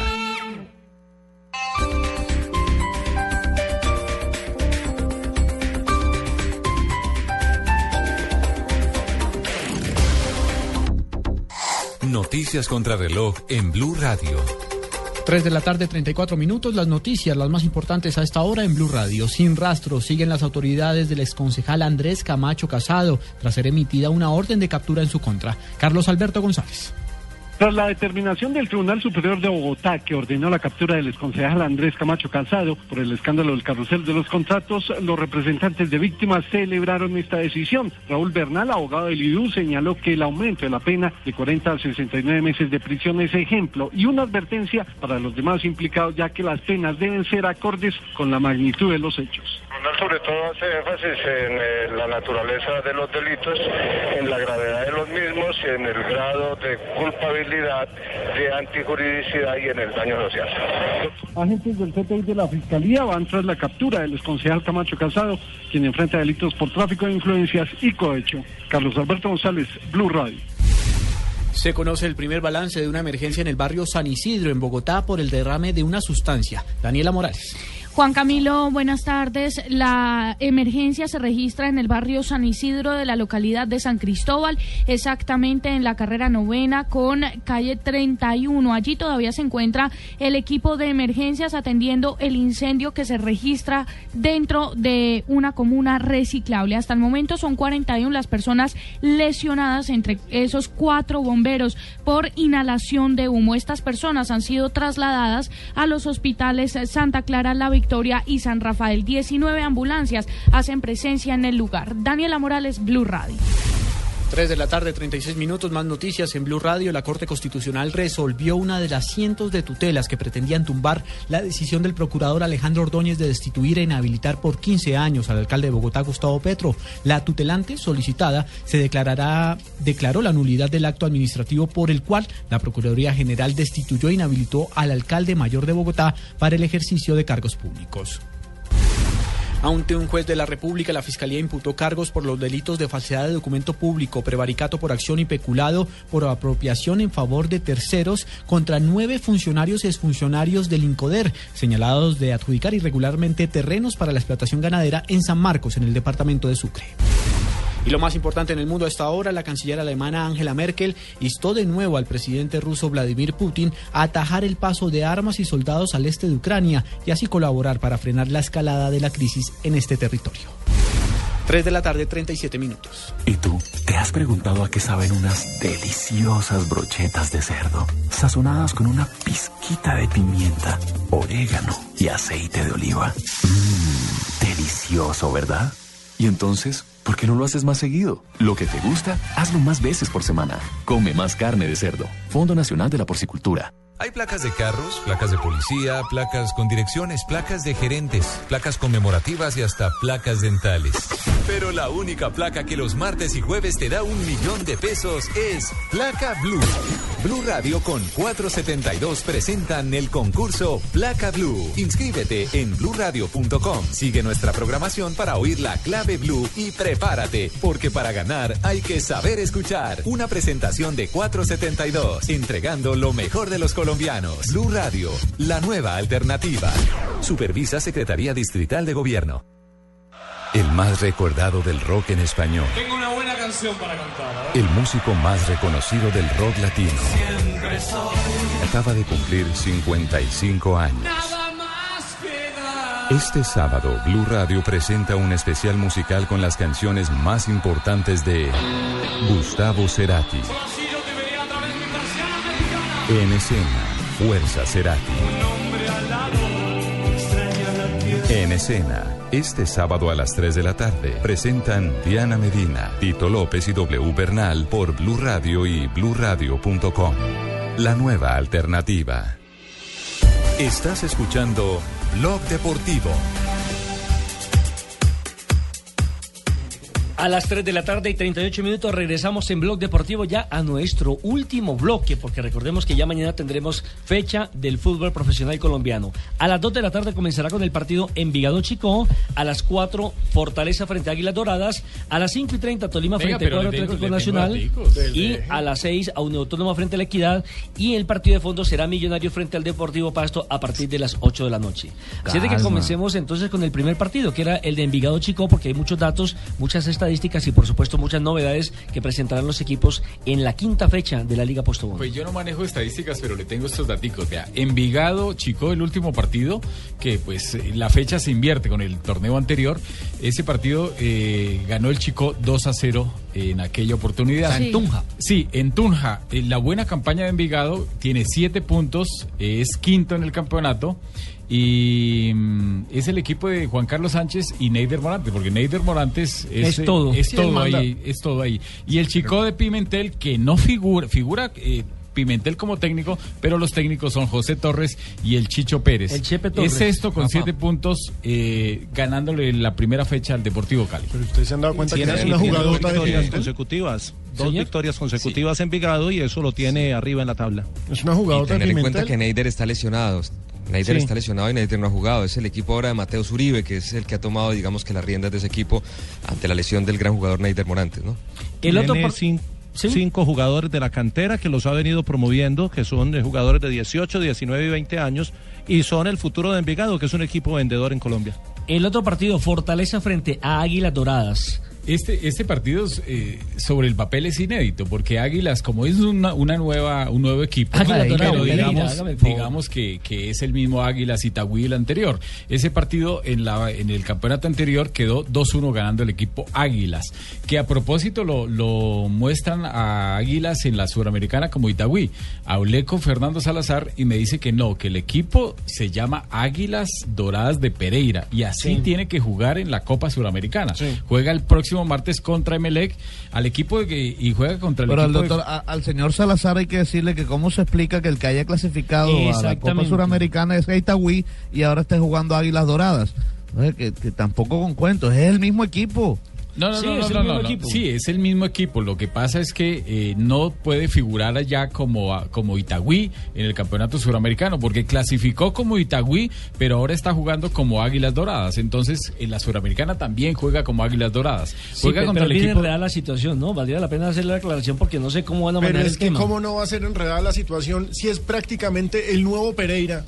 Noticias contra reloj en Blue Radio. tres de la tarde, treinta y cuatro minutos. Las noticias, las más importantes a esta hora en Blue Radio. Sin rastro, siguen las autoridades del exconcejal Andrés Camacho Casado, tras ser emitida una orden de captura en su contra. Carlos Alberto González. Tras la determinación del Tribunal Superior de Bogotá, que ordenó la captura del exconcejal Andrés Camacho Casado por el escándalo del carrusel de los contratos, los representantes de víctimas celebraron esta decisión. Raúl Bernal, abogado del I D U, señaló que el aumento de la pena de cuarenta a sesenta y nueve meses de prisión es ejemplo y una advertencia para los demás implicados, ya que las penas deben ser acordes con la magnitud de los hechos. Sobre todo hace énfasis en eh, la naturaleza de los delitos, en la gravedad de los mismos y en el grado de culpabilidad, de antijuridicidad y en el daño social. Agentes del C T I de la Fiscalía van tras la captura del exconcejal Camacho Casado, quien enfrenta delitos por tráfico de influencias y cohecho. Carlos Alberto González, Blue Radio. Se conoce el primer balance de una emergencia en el barrio San Isidro, en Bogotá, por el derrame de una sustancia. Daniela Morales. Juan Camilo, buenas tardes. La emergencia se registra en el barrio San Isidro de la localidad de San Cristóbal, exactamente en la carrera novena con calle treinta y uno. Allí todavía se encuentra el equipo de emergencias atendiendo el incendio que se registra dentro de una comuna reciclable. Hasta el momento son cuarenta y una las personas lesionadas, entre esos cuatro bomberos por inhalación de humo. Estas personas han sido trasladadas a los hospitales Santa Clara, La Victoria y San Rafael. diecinueve ambulancias hacen presencia en el lugar. Daniela Morales, Blue Radio. tres de la tarde, treinta y seis minutos, más noticias en Blue Radio. La Corte Constitucional resolvió una de las cientos de tutelas que pretendían tumbar la decisión del procurador Alejandro Ordóñez de destituir e inhabilitar por quince años al alcalde de Bogotá, Gustavo Petro. La tutelante solicitada se declarará, declaró la nulidad del acto administrativo por el cual la Procuraduría General destituyó e inhabilitó al alcalde mayor de Bogotá para el ejercicio de cargos públicos. Ante un juez de la República, la Fiscalía imputó cargos por los delitos de falsedad de documento público, prevaricato por acción y peculado por apropiación en favor de terceros contra nueve funcionarios y exfuncionarios del INCODER, señalados de adjudicar irregularmente terrenos para la explotación ganadera en San Marcos, en el departamento de Sucre. Y lo más importante en el mundo a esta hora, la canciller alemana Angela Merkel instó de nuevo al presidente ruso Vladimir Putin a atajar el paso de armas y soldados al este de Ucrania y así colaborar para frenar la escalada de la crisis en este territorio. tres de la tarde, treinta y siete minutos. ¿Y tú? ¿Te has preguntado a qué saben unas deliciosas brochetas de cerdo, sazonadas con una pizquita de pimienta, orégano y aceite de oliva? Mmm, delicioso, ¿verdad? Y entonces, ¿por qué no lo haces más seguido? Lo que te gusta, hazlo más veces por semana. Come más carne de cerdo. Fondo Nacional de la Porcicultura. Hay placas de carros, placas de policía, placas con direcciones, placas de gerentes, placas conmemorativas y hasta placas dentales. Pero la única placa que los martes y jueves te da un millón de pesos es Placa Blue. Blue Radio con cuatrocientos setenta y dos presentan el concurso Placa Blue. Inscríbete en blue radio punto com. Sigue nuestra programación para oír la clave Blue y prepárate, porque para ganar hay que saber escuchar. Una presentación de cuatrocientos setenta y dos, entregando lo mejor de los colombianos. Colombianos. Blue Radio, la nueva alternativa. Supervisa Secretaría Distrital de Gobierno. El más recordado del rock en español. Tengo una buena canción para cantar. ¿eh? El músico más reconocido del rock latino. Siempre soy. Acaba de cumplir cincuenta y cinco años. Nada más que dar. Este sábado, Blue Radio presenta un especial musical con las canciones más importantes de Gustavo Cerati. En escena, Fuerza Cerati. En escena, este sábado a las tres de la tarde, presentan Diana Medina, Tito López y W Bernal por Blue Radio y blue radio punto com. La nueva alternativa. Estás escuchando Blog Deportivo. A las tres de la tarde y treinta y ocho minutos regresamos en Blog Deportivo ya a nuestro último bloque, porque recordemos que ya mañana tendremos fecha del fútbol profesional colombiano. A las dos de la tarde comenzará con el partido Envigado-Chicó, a las cuatro Fortaleza frente a Águilas Doradas, a las cinco y treinta Tolima Venga, frente a Cuadro Atlético Nacional y a las seis a Unión Autónoma frente a La Equidad, y el partido de fondo será Millonario frente al Deportivo Pasto a partir de las ocho de la noche. Así de que comencemos entonces con el primer partido, que era el de Envigado-Chicó, porque hay muchos datos, muchas estadísticas y por supuesto muchas novedades que presentarán los equipos en la quinta fecha de la Liga Postobón. Pues yo no manejo estadísticas, pero le tengo estos daticos. Vea, Envigado, Chicó, el último partido, que pues la fecha se invierte con el torneo anterior. Ese partido eh, ganó el Chicó dos a cero en aquella oportunidad. Sí. En Tunja. Sí, en Tunja. Eh, la buena campaña de Envigado tiene siete puntos, eh, es quinto en el campeonato. Y mm, es el equipo de Juan Carlos Sánchez y Neider Morantes, porque Neider Morantes es, es todo, es sí, todo ahí, es todo ahí. Y el Chicó de Pimentel, que no figura, figura eh, Pimentel como técnico, pero los técnicos son José Torres y el Chicho Pérez. El Chepe Torres. Es esto con Ajá. siete puntos, eh, ganándole la primera fecha al Deportivo Cali. Pero ustedes se han dado cuenta que es una Tiene dos jugadota victorias de... consecutivas. Dos ¿Señor? victorias consecutivas en Envigado y eso lo tiene arriba en la tabla. Es una jugadota Y de tener en Pimentel. cuenta que Neider está lesionado. Neider Sí. está lesionado y Neider no ha jugado. Es el equipo ahora de Mateo Zuribe, que es el que ha tomado, digamos, que las riendas de ese equipo ante la lesión del gran jugador Neider Morantes, ¿no? El otro Tiene por... cin- ¿Sí? Cinco jugadores de la cantera que los ha venido promoviendo, que son eh, jugadores de dieciocho, diecinueve y veinte años, y son el futuro de Envigado, que es un equipo vendedor en Colombia. El otro partido, Fortaleza frente a Águilas Doradas. Este, este partido eh, sobre el papel es inédito, porque Águilas, como es una, una nueva, un nuevo equipo, Águilas pero Doradas, digamos, Pereira, digamos que, que es el mismo Águilas Itagüí el anterior. Ese partido en, la, en el campeonato anterior quedó dos uno ganando el equipo Águilas, que a propósito lo, lo muestran a Águilas en la Suramericana como Itagüí. Hablé con Fernando Salazar y me dice que no, que el equipo se llama Águilas Doradas de Pereira y así sí. tiene que jugar en la Copa Suramericana. Sí. Juega el próximo martes contra Emelec al equipo de que, y juega contra el Pero equipo al doctor, de... a, al señor Salazar hay que decirle que cómo se explica que el que haya clasificado a la Copa Suramericana es Itagüí y ahora está jugando Águilas Doradas. Entonces, que, que tampoco con cuentos, es el mismo equipo. No, no, sí, no, es no, el no, mismo no, equipo. Sí, es el mismo equipo. Lo que pasa es que eh, no puede figurar allá como, como Itagüí en el campeonato suramericano, porque clasificó como Itagüí, pero ahora está jugando como Águilas Doradas. Entonces, en la suramericana también juega como Águilas Doradas. Sí, juega pero, contra pero el equipo. enredada la situación, ¿no? Valdría la pena hacer la aclaración porque no sé cómo van a manejar el es que esquema. cómo no va a ser enredada la situación si es prácticamente el nuevo Pereira.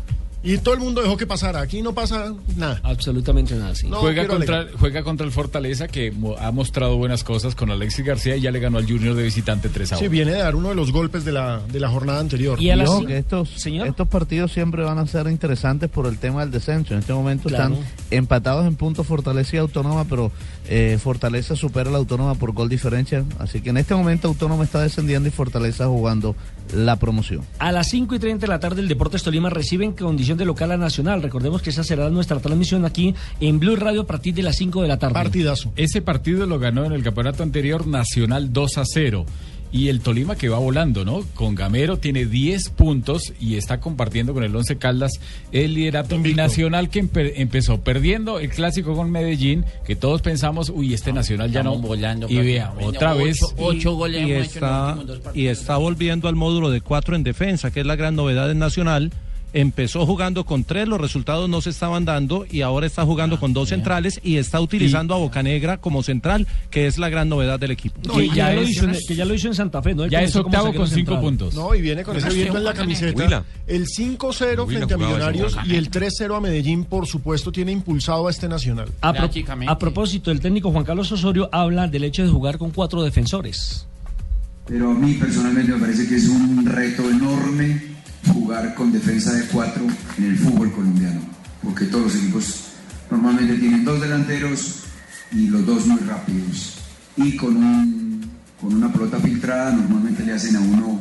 Y todo el mundo dejó que pasara. Aquí no pasa nada. Absolutamente nada, sí. No, juega, contra, juega contra el Fortaleza, que mo, ha mostrado buenas cosas con Alexis García y ya le ganó al Junior de visitante tres a uno. Sí, viene de dar uno de los golpes de la, de la jornada anterior. Y, y ojo, que estos, estos partidos siempre van a ser interesantes por el tema del descenso. En este momento claro. están empatados en puntos Fortaleza y Autónoma, pero eh, Fortaleza supera a la Autónoma por gol diferencia. Así que en este momento Autónoma está descendiendo y Fortaleza jugando la promoción. A las cinco y treinta de la tarde el Deportes Tolima recibe en condición de local a Nacional. Recordemos que esa será nuestra transmisión aquí en Blue Radio a partir de las cinco de la tarde. Partidazo. Ese partido lo ganó en el campeonato anterior Nacional dos a cero. Y el Tolima que va volando, ¿no? Con Gamero tiene diez puntos y está compartiendo con el Once Caldas el liderato. Y Nacional que empe empezó perdiendo el clásico con Medellín, que todos pensamos, uy, este no, Nacional ya no. Volando, y vea, otra ocho, vez. Ocho y, goles y, hemos está, hecho en los últimos dos y está volviendo al módulo de cuatro en defensa, que es la gran novedad en Nacional. Empezó jugando con tres, los resultados no se estaban dando y ahora está jugando ah, con dos yeah. centrales y está utilizando y... a Bocanegra como central, que es la gran novedad del equipo. No, que, ya, ya lo hizo en, que ya lo hizo en Santa Fe, ¿no? Ya es octavo con cinco central. puntos. No, y viene con ese viento en la camiseta. Huila. El cinco cero frente a Millonarios y el tres cero a Medellín, por supuesto, tiene impulsado a este Nacional. A, pro a propósito, el técnico Juan Carlos Osorio habla del hecho de jugar con cuatro defensores. Pero a mí personalmente me parece que es un reto enorme jugar con defensa de cuatro en el fútbol colombiano, porque todos los equipos normalmente tienen dos delanteros y los dos muy rápidos, y con, un, con una pelota filtrada normalmente le hacen a uno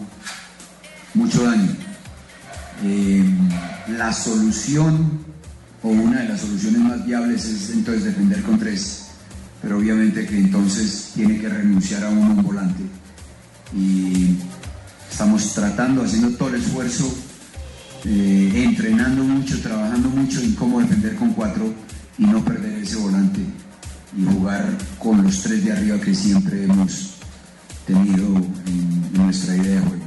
mucho daño. Eh, la solución o una de las soluciones más viables es entonces defender con tres, pero obviamente que entonces tiene que renunciar a uno un volante, y estamos tratando, haciendo todo el esfuerzo, eh, entrenando mucho, trabajando mucho en cómo defender con cuatro y no perder ese volante y jugar con los tres de arriba que siempre hemos tenido en, en nuestra idea de juego.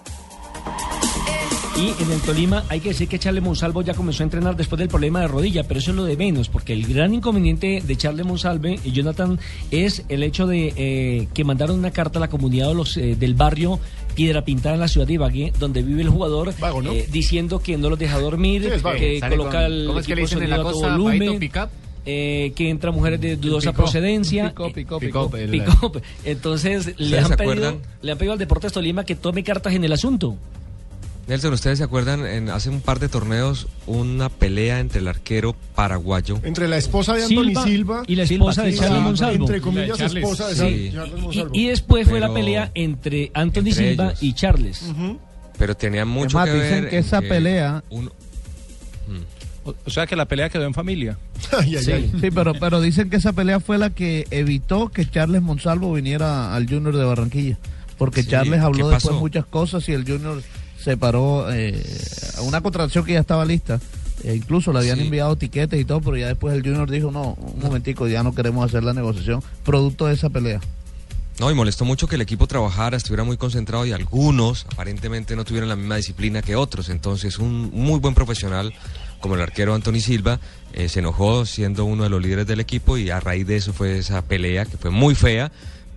Y en el Tolima hay que decir que Charles Monsalvo ya comenzó a entrenar después del problema de rodilla, pero eso es lo de menos, porque el gran inconveniente de Charles Monsalve y Jonathan es el hecho de eh, que mandaron una carta a la comunidad de los, eh, del barrio Piedra Pintada en la ciudad de Ibagué, donde vive el jugador, Vago, ¿no? eh, diciendo que no los deja dormir, sí, que coloca el ¿cómo es que le dicen en la costa? Volumen, eh, que entra mujeres de dudosa picó, procedencia. Picó, picó, picó, picó. picó. Entonces le han, pedido, le han pedido al Deportes Tolima que tome cartas en el asunto. Nelson, ¿ustedes se acuerdan en hace un par de torneos una pelea entre el arquero paraguayo? Entre la esposa de Anthony Silva, Silva y la esposa Silva, de Charles Monsalvo. Entre comillas, de esposa de sí. Charles Monsalvo. Y, y después Pero, fue la pelea entre Anthony entre Silva ellos. y Charles. Uh-huh. Pero tenía mucho Además, que ver. Dicen que esa que pelea... Uno... O, o sea que la pelea quedó en familia. ay, ay, sí, ay. sí, pero, pero dicen que esa pelea fue la que evitó que Charles Monsalvo viniera al Junior de Barranquilla. Porque sí, Charles habló después muchas cosas y el Junior se paró eh, a una contratación que ya estaba lista. E incluso le habían sí. enviado tiquetes y todo, pero ya después el Junior dijo, no, un momentico, ya no queremos hacer la negociación, producto de esa pelea. No, y molestó mucho que el equipo trabajara, estuviera muy concentrado y algunos aparentemente no tuvieran la misma disciplina que otros. Entonces un muy buen profesional como el arquero Anthony Silva eh, se enojó siendo uno de los líderes del equipo y a raíz de eso fue esa pelea que fue muy fea,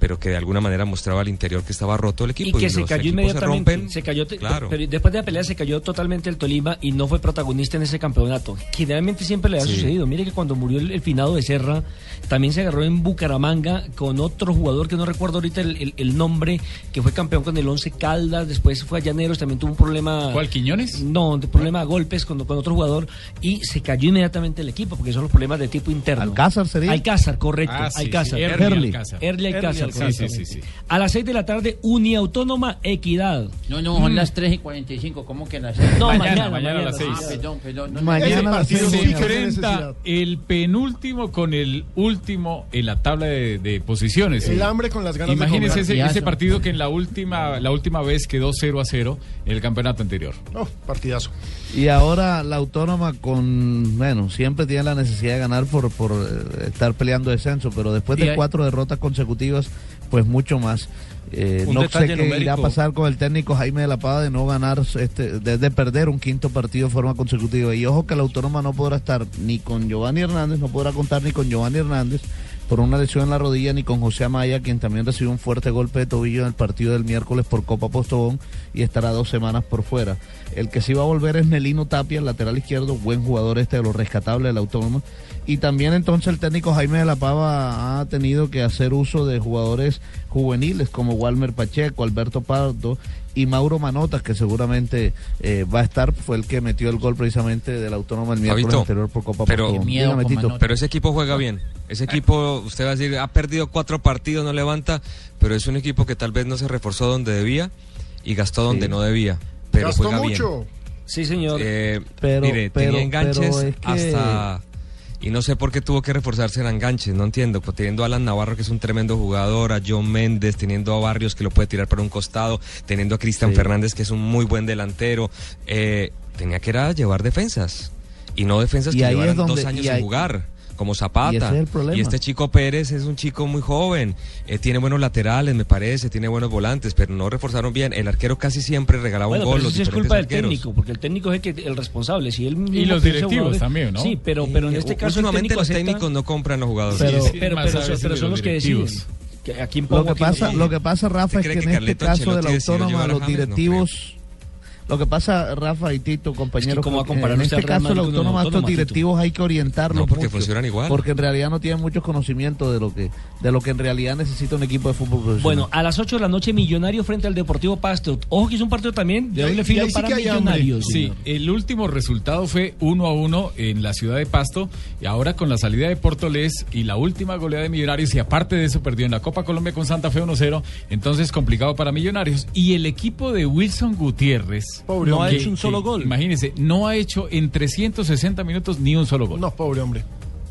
pero que de alguna manera mostraba al interior que estaba roto el equipo. Y que y se los cayó equipos inmediatamente, se rompen. se cayó, te- Claro. pero después de la pelea se cayó totalmente el Tolima y no fue protagonista en ese campeonato. Generalmente siempre le ha Sí. sucedido. Mire que cuando murió el, el finado de Serra, también se agarró en Bucaramanga con otro jugador que no recuerdo ahorita el, el- el nombre, que fue campeón con el Once Caldas, después fue a Llaneros, también tuvo un problema. ¿Cuál, Quiñones? No, de problema a golpes con, con otro jugador y se cayó inmediatamente el equipo, porque son los problemas de tipo interno. Alcázar sería. Alcázar, correcto. Ah, sí, Alcázar. sí, Erli Erli Alcázar. Alcázar. Erli Alcázar. Erli Alcázar. Sí, sí, sí, sí. A las seis de la tarde, Uniautónoma Equidad. No, no, son Mm. las tres y cuarenta y cinco, ¿cómo que las seis? No, Mañana, mañana, mañana a las mañana. seis. Ah, perdón, perdón. No, Mañana Ese a las partido seis Se sí que de la tiene enfrenta necesidad. el penúltimo con el último en la tabla de, de posiciones. El hambre con las ganas Imagínese de ese, comer. ese partido que en la última la última vez quedó cero a cero en el campeonato anterior. Oh, partidazo. Y ahora la Autónoma con, bueno, siempre tiene la necesidad de ganar por, por eh, estar peleando descenso, pero después Y de hay- cuatro derrotas consecutivas, pues mucho más. Eh, Un no sé detalle qué irá a numérico. pasar con el técnico Jaime de la Pava de no ganar, este, de, de perder un quinto partido de forma consecutiva. Y ojo que la Autónoma no podrá estar ni con Giovanni Hernández, no podrá contar ni con Giovanni Hernández por una lesión en la rodilla, ni con José Amaya, quien también recibió un fuerte golpe de tobillo en el partido del miércoles por Copa Postobón y estará dos semanas por fuera. El que sí va a volver es Nelino Tapia, el lateral izquierdo, buen jugador este de los rescatables de la Autónoma. Y también entonces el técnico Jaime de la Pava ha tenido que hacer uso de jugadores juveniles como Walmer Pacheco, Alberto Pardo y Mauro Manotas, que seguramente eh, va a estar, fue el que metió el gol precisamente de la Autónoma el miércoles Fabito, anterior por Copa pero, Postobón. miedo Dígame, con Tito. Manotas. pero ese equipo juega bien. Ese equipo, usted va a decir, ha perdido cuatro partidos, no levanta, pero es un equipo que tal vez no se reforzó donde debía y gastó donde Sí. no debía. Pero Gastó juega mucho. bien. Sí, señor. Eh, Pero- mire, pero- tenía enganches pero es que- hasta... Y no sé por qué tuvo que reforzarse en enganches, no entiendo. Pues teniendo a Alan Navarro, que es un tremendo jugador, a John Méndez, teniendo a Barrios, que lo puede tirar para un costado, teniendo a Cristian Sí. Fernández, que es un muy buen delantero. Eh, tenía que era llevar defensas. Y no defensas Y que ahí llevaran es donde- dos años y sin ahí- jugar, como y Zapata. ese es el problema. Y este chico Pérez es un chico muy joven, eh, tiene buenos laterales, me parece, tiene buenos volantes, pero no reforzaron bien. El arquero casi siempre regalaba Bueno, un gol. pero los eso sí es diferentes culpa del arqueros. técnico, porque el técnico es el, que, el responsable. Si él mismo Y los piensa directivos jugadores- también, ¿no? Sí, pero, pero en este caso el Últimamente técnico los acepta- técnicos no compran los jugadores. Pero- Sí, pero, más pero, a son- veces pero de son los que directivos. deciden. Que ¿A quién Lo pongo? que a quién pasa, no? lo que pasa, Rafa, es cree que que en este Carleto caso de la Ancelotti decidió Autónoma, llevar a los James? No directivos, lo que pasa, Rafa y Tito, compañeros, ¿cómo va a que comparar en usted este al Real caso de la Madrid con una Autónoma, estos Autónoma, Tito? directivos hay que orientarlos No, porque mucho, funcionan igual. porque en realidad no tienen muchos conocimientos de lo que de lo que en realidad necesita un equipo de fútbol profesional. Bueno, a las ocho de la noche, Millonario frente al Deportivo Pasto. Ojo que es un partido también de Y ahí- doble y filo ahí sí para que hay hambre. Millonarios. Sí, señor. el último resultado fue uno a uno en la ciudad de Pasto y ahora con la salida de Portolés y la última goleada de Millonarios y aparte de eso perdió en la Copa Colombia con Santa Fe uno cero, entonces complicado para Millonarios y el equipo de Wilson Gutiérrez Pobre No ha hombre. hecho un solo gol. Imagínense, no ha hecho en trescientos sesenta minutos ni un solo gol. No, pobre hombre.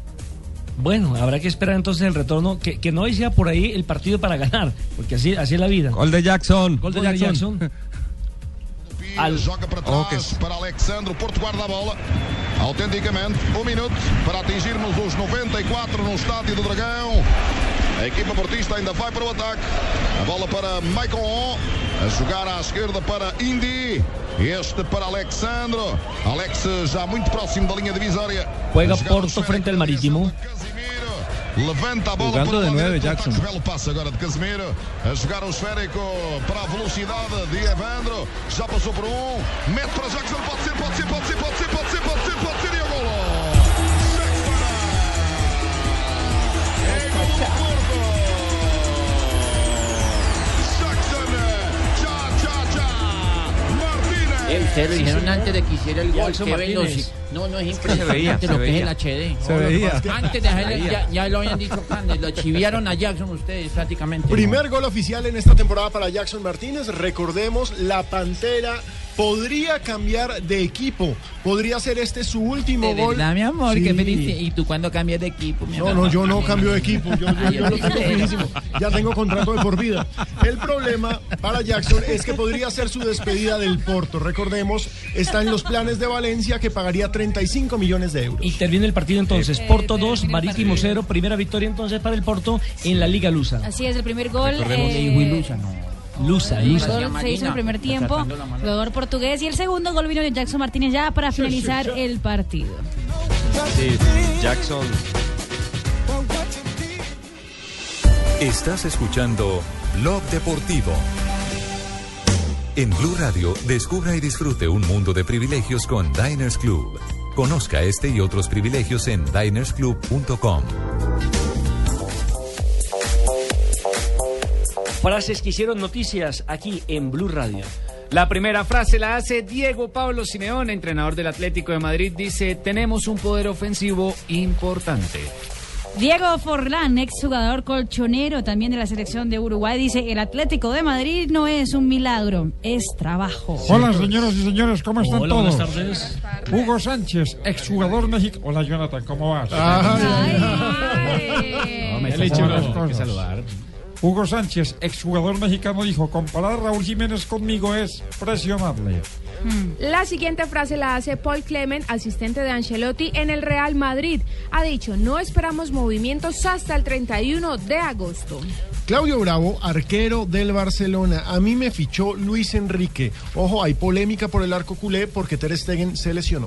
Bueno, habrá que esperar entonces el retorno, que, que no sea por ahí el partido para ganar, porque así, así es la vida. Gol de Jackson. Gol de Jackson. Al- Joga para Oh, trás que- para Alexandre, o Porto guarda a bola. Autenticamente, um minuto para atingirmos os noventa e quatro no Estádio do Dragão. A equipa portista ainda vai para o ataque. A bola para Maicon, a jogar à esquerda para Indy. Este para Alexandre. Alex já muito próximo da linha divisória. Juega A jogar Porto esférico frente al Marítimo. Levanta a bola Jugando para o de lado nueve, direito do Jackson. ataque. Belo passe agora de Casemiro. A jogar o esférico para a velocidade de Evandro. Já passou por um. Mete para Jackson. Pode ser, pode ser, pode ser, pode ser, pode ser, pode ser, pode ser. E o golo. Jackson. Já, já, já. Martínez. Eh, ustedes lo dijeron antes de que hiciera el gol. Jackson Qué Martínez. velocidad. No, no es impresionante Se veía, lo se que es veía. el H D. Se veía. Antes de hacer el- ya, ya lo habían dicho antes, lo chiviaron a Jackson ustedes prácticamente. ¿no? Primer gol oficial en esta temporada para Jackson Martínez. Recordemos, la Pantera podría cambiar de equipo. Podría ser este su último De gol. verdad, mi amor, Sí. qué feliz. ¿Y tú cuándo cambias de equipo, mi No, amor? no, yo no cambio de equipo. Yo, yo- yo lo tengo fijísimo. Ya tengo contrato de por vida. El problema para Jackson es que podría ser su despedida del Porto. Recordemos, está en los planes de Valencia que pagaría treinta y cinco millones de euros. Y termina el partido entonces. Porto dos, Marítimo cero. Primera victoria entonces para el Porto en la Liga Lusa. Así es, el primer gol. Recordemos, eh, dijo Ilusa, no. Lusa, el Lusa. gol se hizo en el primer tiempo, Tratando la mano. jugador portugués, y el segundo gol vino de Jackson Martínez ya para finalizar el partido. Sí, Jackson. Estás escuchando Blog Deportivo. En Blue Radio, descubra y disfrute un mundo de privilegios con Diners Club. Conozca este y otros privilegios en diners club punto com. Frases que hicieron noticias aquí en Blue Radio. La primera frase la hace Diego Pablo Simeone, entrenador del Atlético de Madrid. Dice, tenemos un poder ofensivo importante. Diego Forlán, exjugador colchonero también de la selección de Uruguay, dice, el Atlético de Madrid no es un milagro, es trabajo. Hola, señoras y señores, ¿cómo están Hola, todos? buenas tardes. Hugo Sánchez, exjugador México. Hola, Jonathan, ¿cómo vas? Ay. No, me está saludando, hay que saludar. Hugo Sánchez, exjugador mexicano, dijo, comparar a Raúl Jiménez conmigo es presionarle. La siguiente frase la hace Paul Clement, asistente de Ancelotti en el Real Madrid. Ha dicho, no esperamos movimientos hasta el treinta y uno de agosto. Claudio Bravo, arquero del Barcelona. A mí me fichó Luis Enrique. Ojo, hay polémica por el arco culé porque Ter Stegen se lesionó.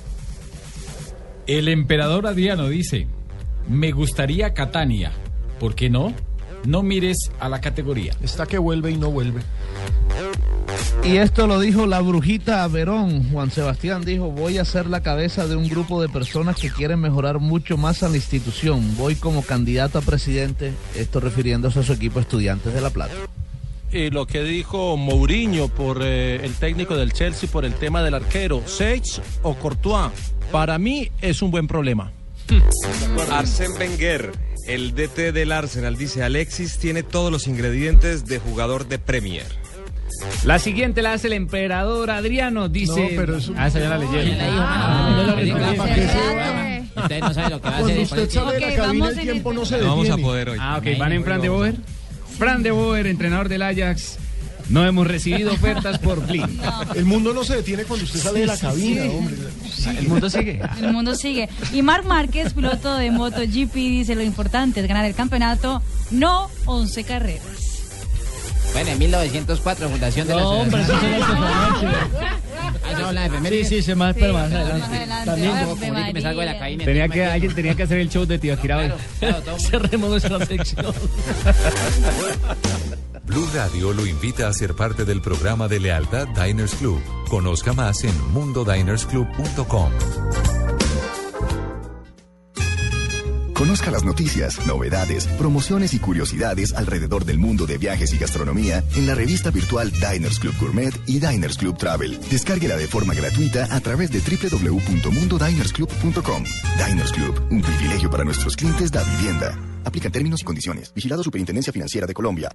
El emperador Adriano dice, me gustaría Catania. ¿Por qué no? No mires a la categoría. Está que vuelve y no vuelve. Y esto lo dijo la brujita Verón. Juan Sebastián dijo, voy a ser la cabeza de un grupo de personas que quieren mejorar mucho más a la institución. Voy como candidato a presidente, esto refiriéndose a su equipo Estudiantes de La Plata. Y lo que dijo Mourinho por eh, el técnico del Chelsea por el tema del arquero, Seix o Courtois, para mí es un buen problema. Arsène Wenger, el D T del Arsenal, dice, Alexis tiene todos los ingredientes de jugador de Premier. La siguiente la hace el emperador Adriano, dice... No, pero eso... Ah, esa ya la leyeron. Usted no sabe lo que va a Cuando hacer. usted sale de la cabina, el tiempo no se detiene. No vamos a poder hoy. Ah, ok, van en Fran de Boer. Fran de Boer, entrenador del Ajax. No hemos recibido ofertas por Blin. El mundo no se detiene cuando usted sale de la cabina, sí. hombre. Sí. El mundo sigue. El mundo sigue. Y Marc Márquez, piloto de MotoGP, dice, lo importante es ganar el campeonato, no once carreras. Bueno, en mil novecientos cuatro, fundación de no, la hombre, eso es Ah, la efeméride. Sí, sí, se más, pero más adelante. Más adelante. También Ave como que me salgo de la cabina. Tenía que, alguien tenía que hacer el show de Tibaquirá hoy. Claro, claro, cerremos nuestra sección. Blue Radio lo invita a ser parte del programa de lealtad Diners Club. Conozca más en mundo diners club punto com. Conozca las noticias, novedades, promociones y curiosidades alrededor del mundo de viajes y gastronomía en la revista virtual Diners Club Gourmet y Diners Club Travel. Descárguela de forma gratuita a través de doble u doble u doble u punto mundo diners club punto com. Diners Club, un privilegio para nuestros clientes da vivienda. Aplican términos y condiciones. Vigilado Superintendencia Financiera de Colombia.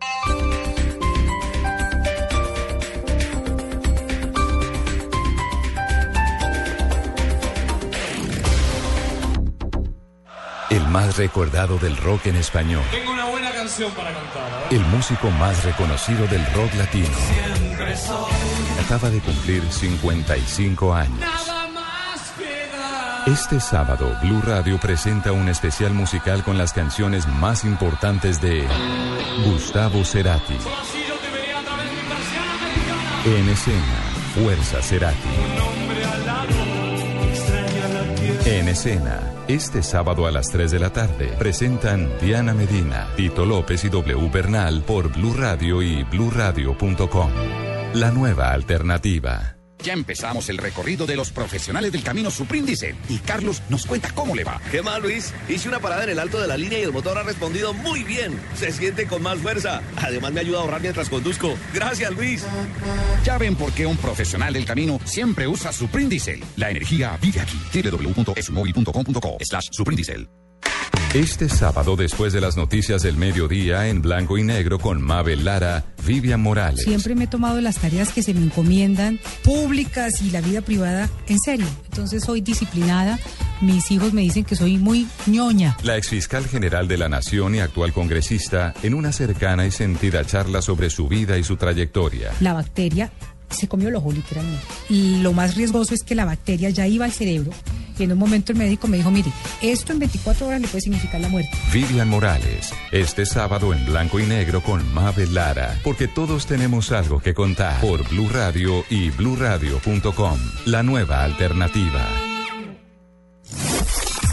El más recordado del rock en español. Tengo una buena canción para cantar. ¿eh? El músico más reconocido del rock latino. Siempre soy. Acaba de cumplir cincuenta y cinco años. Nada más que dar. Este sábado, Blue Radio presenta un especial musical con las canciones más importantes de Gustavo Cerati. Así yo te veré a través de mi persiana americana. En escena, Fuerza Cerati. Un hombre al lado, extraña la tierra. En escena, este sábado a las tres de la tarde, presentan Diana Medina, Tito López y W Bernal por Blue Radio y blue radio punto com. La nueva alternativa. Ya empezamos el recorrido de los profesionales del camino Suprindicel y Carlos nos cuenta cómo le va. ¿Qué más, Luis? Hice una parada en el alto de la línea y el motor ha respondido muy bien. Se siente con más fuerza. Además me ayuda a ahorrar mientras conduzco. Gracias, Luis. Ya ven por qué un profesional del camino siempre usa Suprindicel. La energía vive aquí. doble u doble u doble u punto esmóvil punto com punto co slash Suprindicel. Este sábado, después de las noticias del mediodía, en blanco y negro con Mabel Lara, Vivian Morales. Siempre me he tomado las tareas que se me encomiendan, públicas y la vida privada, en serio. Entonces soy disciplinada. Mis hijos me dicen que soy muy ñoña. La exfiscal general de la Nación y actual congresista, en una cercana y sentida charla sobre su vida y su trayectoria. La bacteria se comió el ojo, literalmente. Y lo más riesgoso es que la bacteria ya iba al cerebro. Y en un momento el médico me dijo, mire, esto en veinticuatro horas le puede significar la muerte. Vivian Morales, este sábado en blanco y negro con Mabel Lara, porque todos tenemos algo que contar, por Blue Radio y blue radio punto com, la nueva alternativa.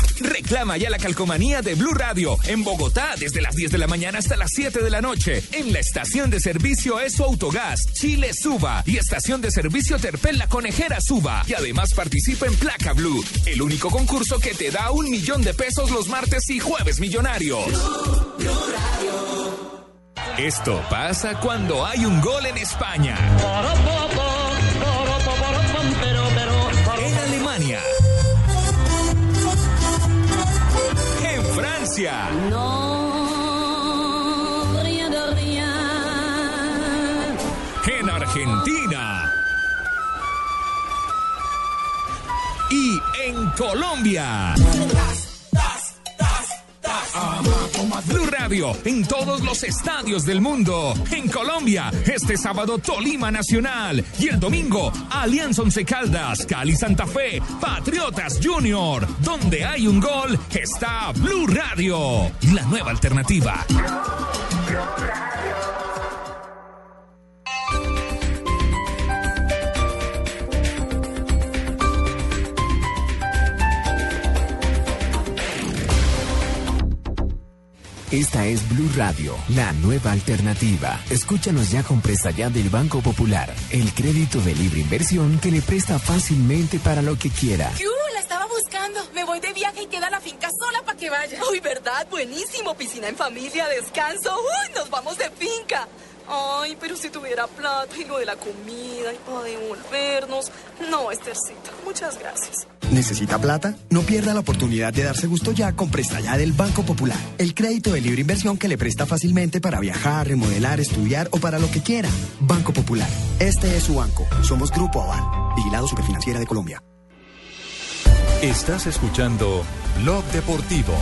Reclama ya la calcomanía de Blue Radio en Bogotá desde las diez de la mañana hasta las siete de la noche. En la estación de servicio Eso Autogás, Chile Suba y estación de servicio Terpel La Conejera Suba. Y además participa en Placa Blue, el único concurso que te da un millón de pesos los martes y jueves millonarios. Blue, Blue Radio. Esto pasa cuando hay un gol en España. En Alemania. En Francia. No, rien de rien. En Argentina. Y en Colombia. Blue Radio en todos los estadios del mundo. En Colombia, este sábado Tolima Nacional. Y el domingo, Alianza Once Caldas, Cali Santa Fe, Patriotas Junior. Donde hay un gol, está Blue Radio. La nueva alternativa. Esta es Blue Radio, la nueva alternativa. Escúchanos ya con Presta Ya del Banco Popular, el crédito de libre inversión que le presta fácilmente para lo que quiera. ¡Yu! La estaba buscando. Me voy de viaje y queda la finca sola para que vaya. ¡Uy, verdad! Buenísimo. Piscina en familia, descanso. ¡Uy, nos vamos de finca! Ay, pero si tuviera plata y lo de la comida y para devolvernos. No, Estercita, muchas gracias. ¿Necesita plata? No pierda la oportunidad de darse gusto ya con Presta Ya del Banco Popular. El crédito de libre inversión que le presta fácilmente para viajar, remodelar, estudiar o para lo que quiera. Banco Popular. Este es su banco. Somos Grupo Aval. Vigilado Superfinanciera de Colombia. Estás escuchando Blog Deportivo.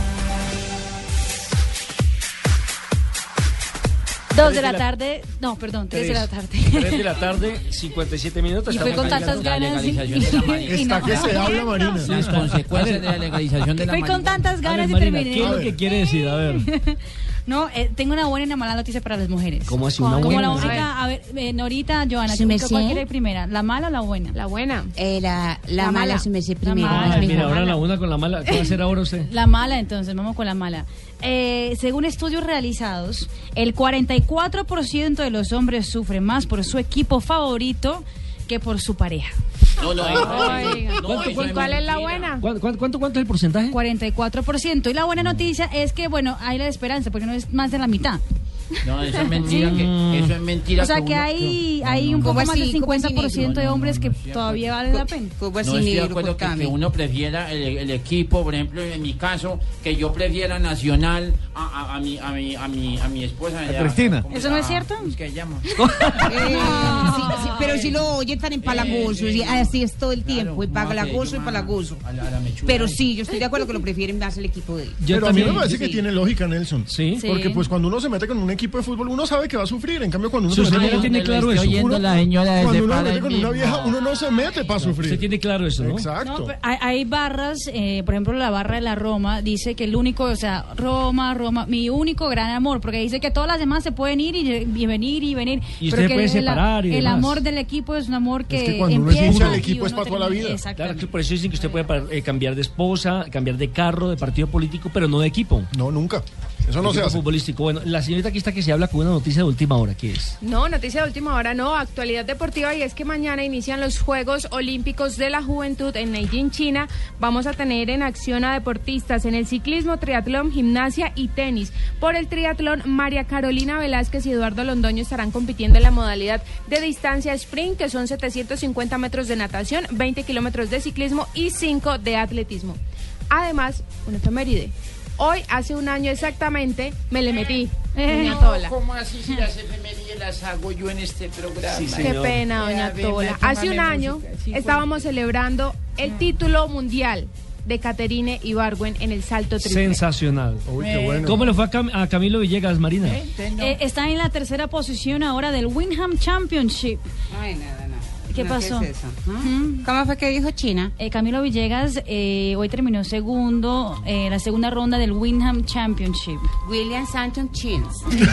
Dos de la tarde, no, perdón, tres de la tarde. Tres de la tarde, cincuenta y siete minutos. Y fue con tantas ganas. Y, y, Está que se habla, Marina. Las consecuencias de la legalización de la Fue con tantas ganas y Marina, terminé. ¿qué es lo que quiere decir? A ver. No, eh, tengo una buena y una mala noticia para las mujeres. ¿Cómo así una Como buena? la única, a ver, eh, Norita, Joana, ¿Su merced? ¿cuál quiere ir primera? ¿La mala o la buena? La buena. Eh, la, la, La mala, mala. se me sé La primero. mala. Ay, mira, ahora la una con la mala. ¿Qué va a hacer ahora usted? La mala, entonces, vamos con la mala. Eh, según estudios realizados, el cuarenta y cuatro por ciento de los hombres sufren más por su equipo favorito que por su pareja. No, no, Oiga. ¿Cuánto, ¿Y cuánto? cuál es la buena? ¿Cuánto, cuánto, cuánto es el porcentaje? cuarenta y cuatro por ciento. Y la buena noticia es que, bueno, hay la esperanza, porque no es más de la mitad. No, eso es mentira. Que, eso es mentira. O sea que uno- hay, no, hay no, un no. poco ¿Cómo más del así? ¿Cómo así, cincuenta por ciento negro? de No, no, hombres no, que no estoy de todavía acuerdo. vale la pena. Fútbol No sin estoy de negro, acuerdo que, contame. que uno prefiera el, el equipo, por ejemplo, en mi caso, que yo prefiera Nacional a, a, a mi a mi a mi a mi esposa. ya, Cristina. ¿cómo ¿Eso se no llama? es cierto? Es que llama. Eh, sí, sí, pero si lo oye tan empalagoso, y así es todo el tiempo, y palagoso y palagoso. A la, a la mechuda. Pero sí, yo estoy de acuerdo que lo prefieren más el equipo de él. Yo Pero a mí también. me parece que Sí. tiene lógica, Nelson. Sí. Sí. Porque pues cuando uno se mete con un equipo de fútbol, uno sabe que va a sufrir. En cambio, cuando uno Su se mete señora con, tiene Donde lo claro esté eso. oyendo Uno- la señora desde cuando uno se para mete el con una mismo. vieja, uno no se mete para sufrir. Usted tiene claro eso, ¿no? Exacto. No, pero hay, hay barras, eh, por ejemplo, la barra de la Roma dice que el único, o sea, Roma, Roma, mi único gran amor, porque dice que todas las demás se pueden ir y, y venir y venir. Y pero usted que puede el- separar y El demás. amor del equipo es un amor que, Es que cuando uno es empieza hincha del y equipo es uno para toda la termina. vida. Claro, Exactamente. que por eso dicen que usted puede par- eh, cambiar de esposa, cambiar de carro, de partido político, pero no de equipo. No, nunca. Eso no se Equipo hace. futbolístico. Bueno, la señorita aquí está que se habla con una noticia de última hora. ¿Qué es? No, noticia de última hora, no, actualidad deportiva, y es que mañana inician los Juegos Olímpicos de la Juventud en Beijing, China. Vamos a tener en acción a deportistas en el ciclismo, triatlón, gimnasia y tenis. Por el triatlón, María Carolina Velázquez y Eduardo Londoño estarán compitiendo en la modalidad de distancia sprint, que son setecientos cincuenta metros de natación, veinte kilómetros de ciclismo y cinco de atletismo. Además, una efeméride. Hoy, hace un año exactamente, me le metí. Doña Tola. ¿Cómo así si las efemérides las hago yo en este programa? Sí, Qué señor. pena, doña A ver, Tola. póngame Hace un año música, sí, estábamos celebrando el título mundial de Caterine Ibargüen en el salto triple. Sensacional. Uy, qué bueno. ¿Cómo le fue a, Cam- a Camilo Villegas, Marina? Eh, está en la tercera posición ahora del Wyndham Championship. Ay, nada, nada. ¿Qué No, pasó? ¿qué es eso? ¿Ah? Ujú. ¿Cómo fue que dijo China? Eh, Camilo Villegas eh, hoy terminó segundo, eh, la segunda ronda del Wyndham Championship. William Santon Chins.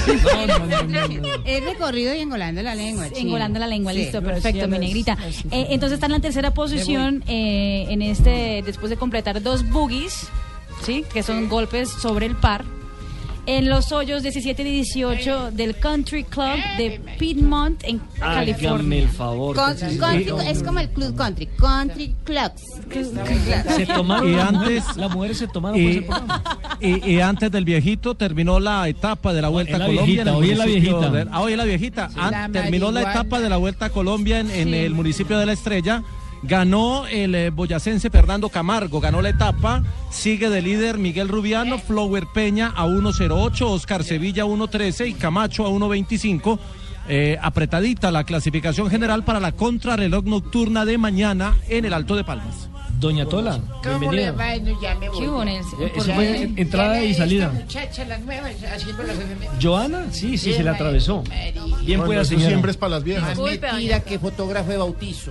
Es recorrido y engolando la lengua. chino. Engolando la lengua, Sí. listo, perfecto, mi negrita. Eh, entonces está en la tercera posición eh, en este, después de completar dos boogies. ¿sí? Que son golpes sobre el par. En los hoyos diecisiete y dieciocho del Country Club de Piedmont, en Hágame California. el favor. Con- country es como el club country, country clubs. Se tomaron Y las antes- mujeres, las mujeres se tomaron y- por ese programa. Y, y antes del viejito terminó la etapa de la Vuelta Es la a Colombia. viejita, en el hoy es la municipio viejita. de- ah, hoy es la viejita. Sí. An- La terminó la marihuana. etapa de la Vuelta a Colombia en, en Sí. el municipio de La Estrella. Ganó el eh, boyacense Fernando Camargo, ganó la etapa. Sigue de líder Miguel Rubiano, Flower Peña a uno cero ocho, Oscar Sevilla a uno trece y Camacho a uno veinticinco. Eh, apretadita la clasificación general para la contrarreloj nocturna de mañana en el Alto de Palmas. Doña Tola, ¿Cómo le bienvenida. va? No, ya me voy. ¿Qué hubo, Nelson? Eh, ¿Por eso qué? fue en- entrada y salida. Esta muchacha, la nueva, haciendo las efemérides. ¿Joana? Sí, sí, Qué se la atravesó. María. Bien pueda, señora. siempre es para las viejas. Más metida que fotógrafo de bautizo.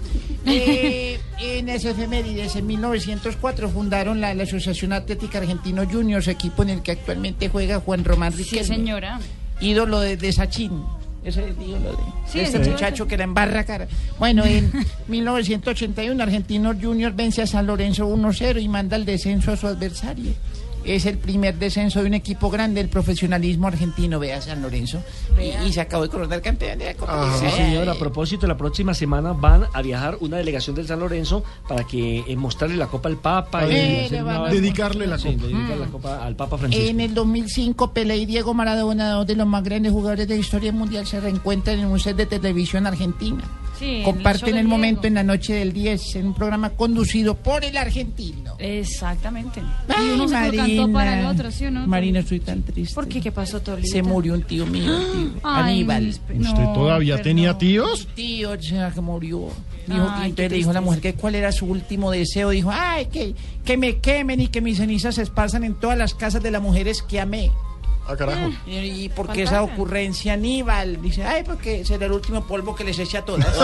Eh, en las efemérides, en mil novecientos cuatro fundaron la, la Asociación Atlética Argentino Juniors, equipo en el que actualmente juega Juan Román Sí, Riquelme. señora. Ídolo de, de Sachín. Ese es el ídolo de, Sí, de este ese muchacho que la embarra cara. Bueno, en mil novecientos ochenta y uno Argentinos Juniors vence a San Lorenzo uno cero y manda el descenso a su adversario. Es el primer descenso de un equipo grande del profesionalismo argentino, vea San Lorenzo. Y, y se acabó de coronar campeón de la Copa. Sí, señor. A propósito, la próxima semana van a viajar una delegación del San Lorenzo para que eh, mostrarle la copa al Papa. y Eh, hacer le una- van a- Dedicarle la Sí, copa. dedicar la Mm. copa al Papa Francisco. En el dos mil cinco, Pelé y Diego Maradona, dos de los más grandes jugadores de la historia mundial, se reencuentran en un set de televisión argentina. Sí, en el Comparten show el, de momento Diego. en la noche del diez en un programa conducido por el argentino. Exactamente. Ay, y uno se lo cantó Marina. para el otro, ¿sí o no? Marina, estoy tan triste. ¿Por qué? ¿Qué pasó, Tolita? Se murió un tío mío, tío, Ay, Aníbal. mis pe- ¿Usted no, todavía perdón. tenía tíos? Tío, o sea, que murió. Dijo Ay, que entonces qué le dijo a la tristeza. mujer que cuál era su último deseo. Dijo, ay, que, que me quemen y que mis cenizas se esparzan en todas las casas de las mujeres que amé. Ah, carajo. ¿Y, y por qué esa ocurrencia, Aníbal? Dice, ay, porque será el último polvo que les eche a todas.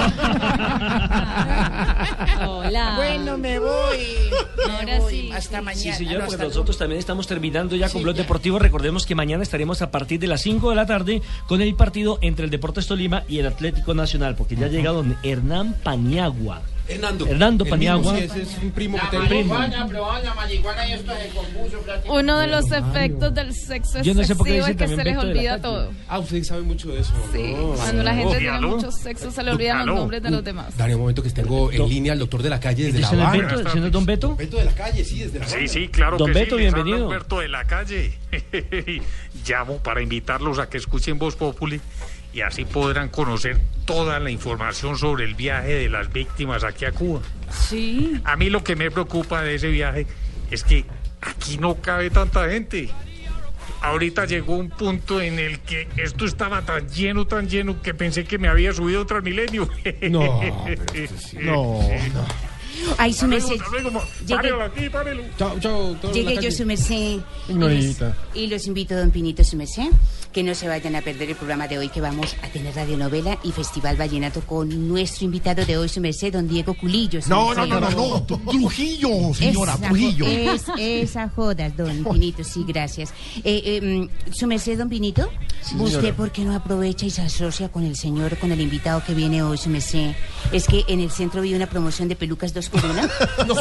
Hola. Bueno, me voy. Me Ahora voy. sí. Hasta mañana. Sí, señor, No, porque hasta nosotros también estamos terminando ya con Sí, Blog ya. Deportivo. Recordemos que mañana estaremos a partir de las cinco de la tarde con el partido entre el Deportes Tolima y el Atlético Nacional, porque ya llega don Hernán Paniagua. Hernando. Hernando El Paniagua. mismo, sí, ese es un primo que La tengo. marihuana, probando marihuana y esto se compuso prácticamente. Uno de los efectos del sexo Yo no sé por qué excesivo dicen es que también se les Beto de la olvida calle. todo. Ah, usted sabe mucho de eso. Sí, No. cuando la gente tiene ¿Aló? mucho sexo se le olvidan los ¿Aló? nombres de los demás. Dale un momento que tengo en línea al doctor de la calle desde La ¿Ese no es Habana. Beto? ¿Ese no es don Beto? Beto de la calle, sí, desde La Habana. Sí, sí, claro Don que Beto, sí. les habla bienvenido. Humberto de la calle. Llamo para invitarlos a que escuchen Voz Populi y así podrán conocer toda la información sobre el viaje de las víctimas aquí a Cuba. Sí. A mí lo que me preocupa de ese viaje es que aquí no cabe tanta gente. Ahorita llegó un punto en el que esto estaba tan lleno, tan lleno, que pensé que me había subido otra Transmilenio. No, pero esto sí. No, Ay, su merced. Hasta luego, ma- Llegué- párelo aquí, párelo. Chao, chao, doctor de la Llegué yo, calle. su merced. Ignorita. Y los invito, don Pinito, su merced, que no se vayan a perder el programa de hoy, que vamos a tener radionovela y Festival Vallenato con nuestro invitado de hoy, su merced, don Diego Culillo. su No, merced. no, no, no, no. Trujillo, señora, Esa Trujillo. jo- Es, esa jodas, don Pinito, sí, gracias. Eh, eh, mm, su merced, don Pinito, Sí, ¿usted señora. por qué no aprovecha y se asocia con el señor, con el invitado que viene hoy, su merced? Es que en el centro vi una promoción de pelucas dos por una. No.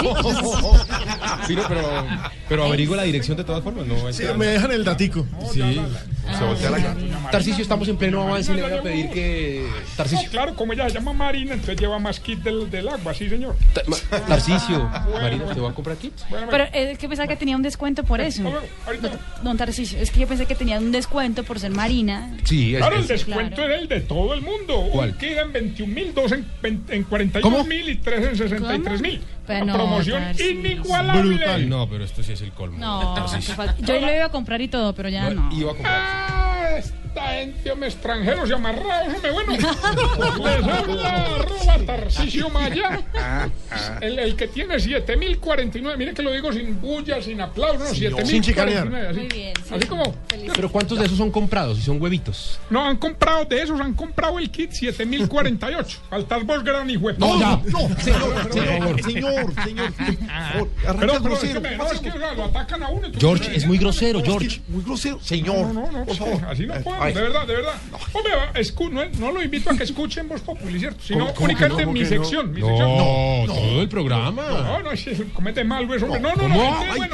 Sí, no, pero, pero averigüe la dirección de todas formas. No, Sí, me dejan el datico. Sí, se voltea la cara. Tarcisio, estamos en pleno avance y le voy a pedir que... Tarcisio. Claro, como ella se llama Marina, entonces lleva más kit del, del agua, sí, señor. Ta- ma- Tarcisio, Marina, ¿te va a comprar kits? Pero es que pensaba que tenía un descuento por eso. Don, don Tarcisio, es que yo pensé que tenía un descuento por ser Marina. Sí, Claro, el es- descuento Claro. era el de todo el mundo. ¿Cuál? Un kit en veintiún mil, dos en, veinte en cuarenta y ¿Cómo? dos mil y tres en sesenta y tres mil. Pero Una no, promoción Tarcisio. inigualable. Brutal. No, pero esto sí es el colmo. No, Tarcisio. qué falta. Yo lo iba a comprar y todo, pero ya no. Iba a comprar. Ah, esta gente, hombre, extranjeros y amarrados, hombre, bueno. Les habla arroba Tarcisio Maya, el, el que tiene siete mil cuarenta y nueve. Mire que lo digo sin bulla, sin aplausos, no, siete Sin mil chicanear. cuarenta y nueve. Así, Muy bien, sí. así como... Pero ¿cuántos de esos son comprados? Y son huevitos. No, han comprado de esos, han comprado el kit siete mil cuarenta y ocho. Faltas vos, gran hijo de No, puta. ya, no, señor, señor, señor, señor. Arranca Pero, pero es grosero. que, me- no, es que o sea, lo atacan a uno. entonces- George, es muy grosero, No, es que George. Muy grosero. No, Señor, no, no, por es que favor. así no podemos, Ay. de verdad, de verdad. Hombre, va, escu- no, no lo invito a que escuchen Voz Populi, ¿cierto? Sino ¿Cómo- cómo únicamente que no? mi ¿Cómo que no? sección, mi No, sección. todo el programa. No, no, es que comete mal, eso, hombre. No, no, ¿Cómo? no, gente, Ay. bueno.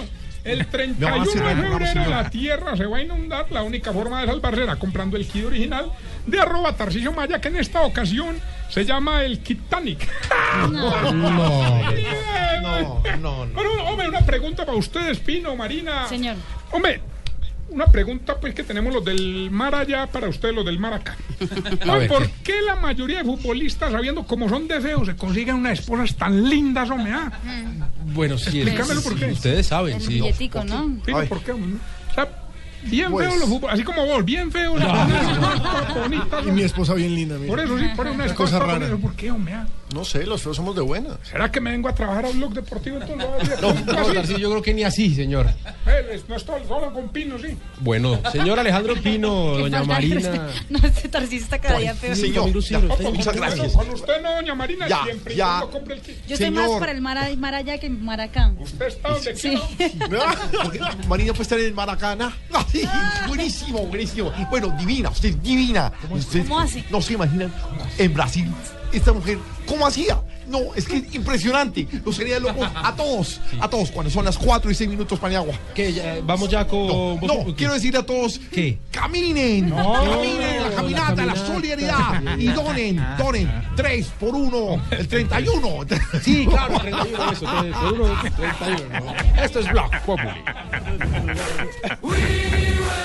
El treinta y uno de febrero la tierra se va a inundar. La única forma de salvarse será comprando el kit original de arroba Tarcisio Maya, que en esta ocasión se llama el Titanic. No, no, no, no. Bueno, hombre, una pregunta para ustedes, Pino, Marina. Señor. Hombre, una pregunta pues que tenemos los del mar allá para ustedes los del mar acá. ver, ¿Por ¿qué? qué la mayoría de futbolistas, sabiendo cómo son de feos, se consiguen unas esposas tan lindas, hombre? Ah? Bueno, sí, Explícamelo por qué. ustedes saben, El sí. billetico, ¿no? Pino, ¿por qué, hombre? O sea, bien Pues- feos los futbolistas, así como vos, bien feos. Bonitas, Y mi esposa bien linda, mira. por eso sí, por una Una cosa esposa rara. rara. ¿Por qué, hombre? Ah? No sé, los feos somos de buena. ¿Será que me vengo a trabajar a un blog deportivo entonces? No, no, Tarcisio, yo creo que ni así, señor. Eh, no estoy solo con Pino, sí. Bueno, señor Alejandro Pino, doña Falta de Marina. respeto. No, este Tarcisio está cada día peor. Señor, Muchas gracias. Con usted no, doña Marina, Ya, siempre y ya. cuando compre el kit. Yo estoy más para el mar, mar allá que mar acá. Usted está donde Sí. quiera. Porque Marina puede estar en el Maracaná. Ah, sí, buenísimo, buenísimo. Bueno, divina, usted es divina. Usted, ¿Cómo así? No se imaginan en Brasil esta mujer, ¿cómo hacía? No, es que impresionante. Los sería locos a todos, a todos, cuando son las cuatro y seis minutos para agua. ¿Qué? Ya, vamos ya con... No, no, quiero decir a todos, ¿qué? caminen, caminen, la caminata, la solidaridad y donen, donen, tres por uno, el treinta y uno. Sí, claro, treinta y uno, eso, tres por uno, treinta y uno. Esto es Blog Populi.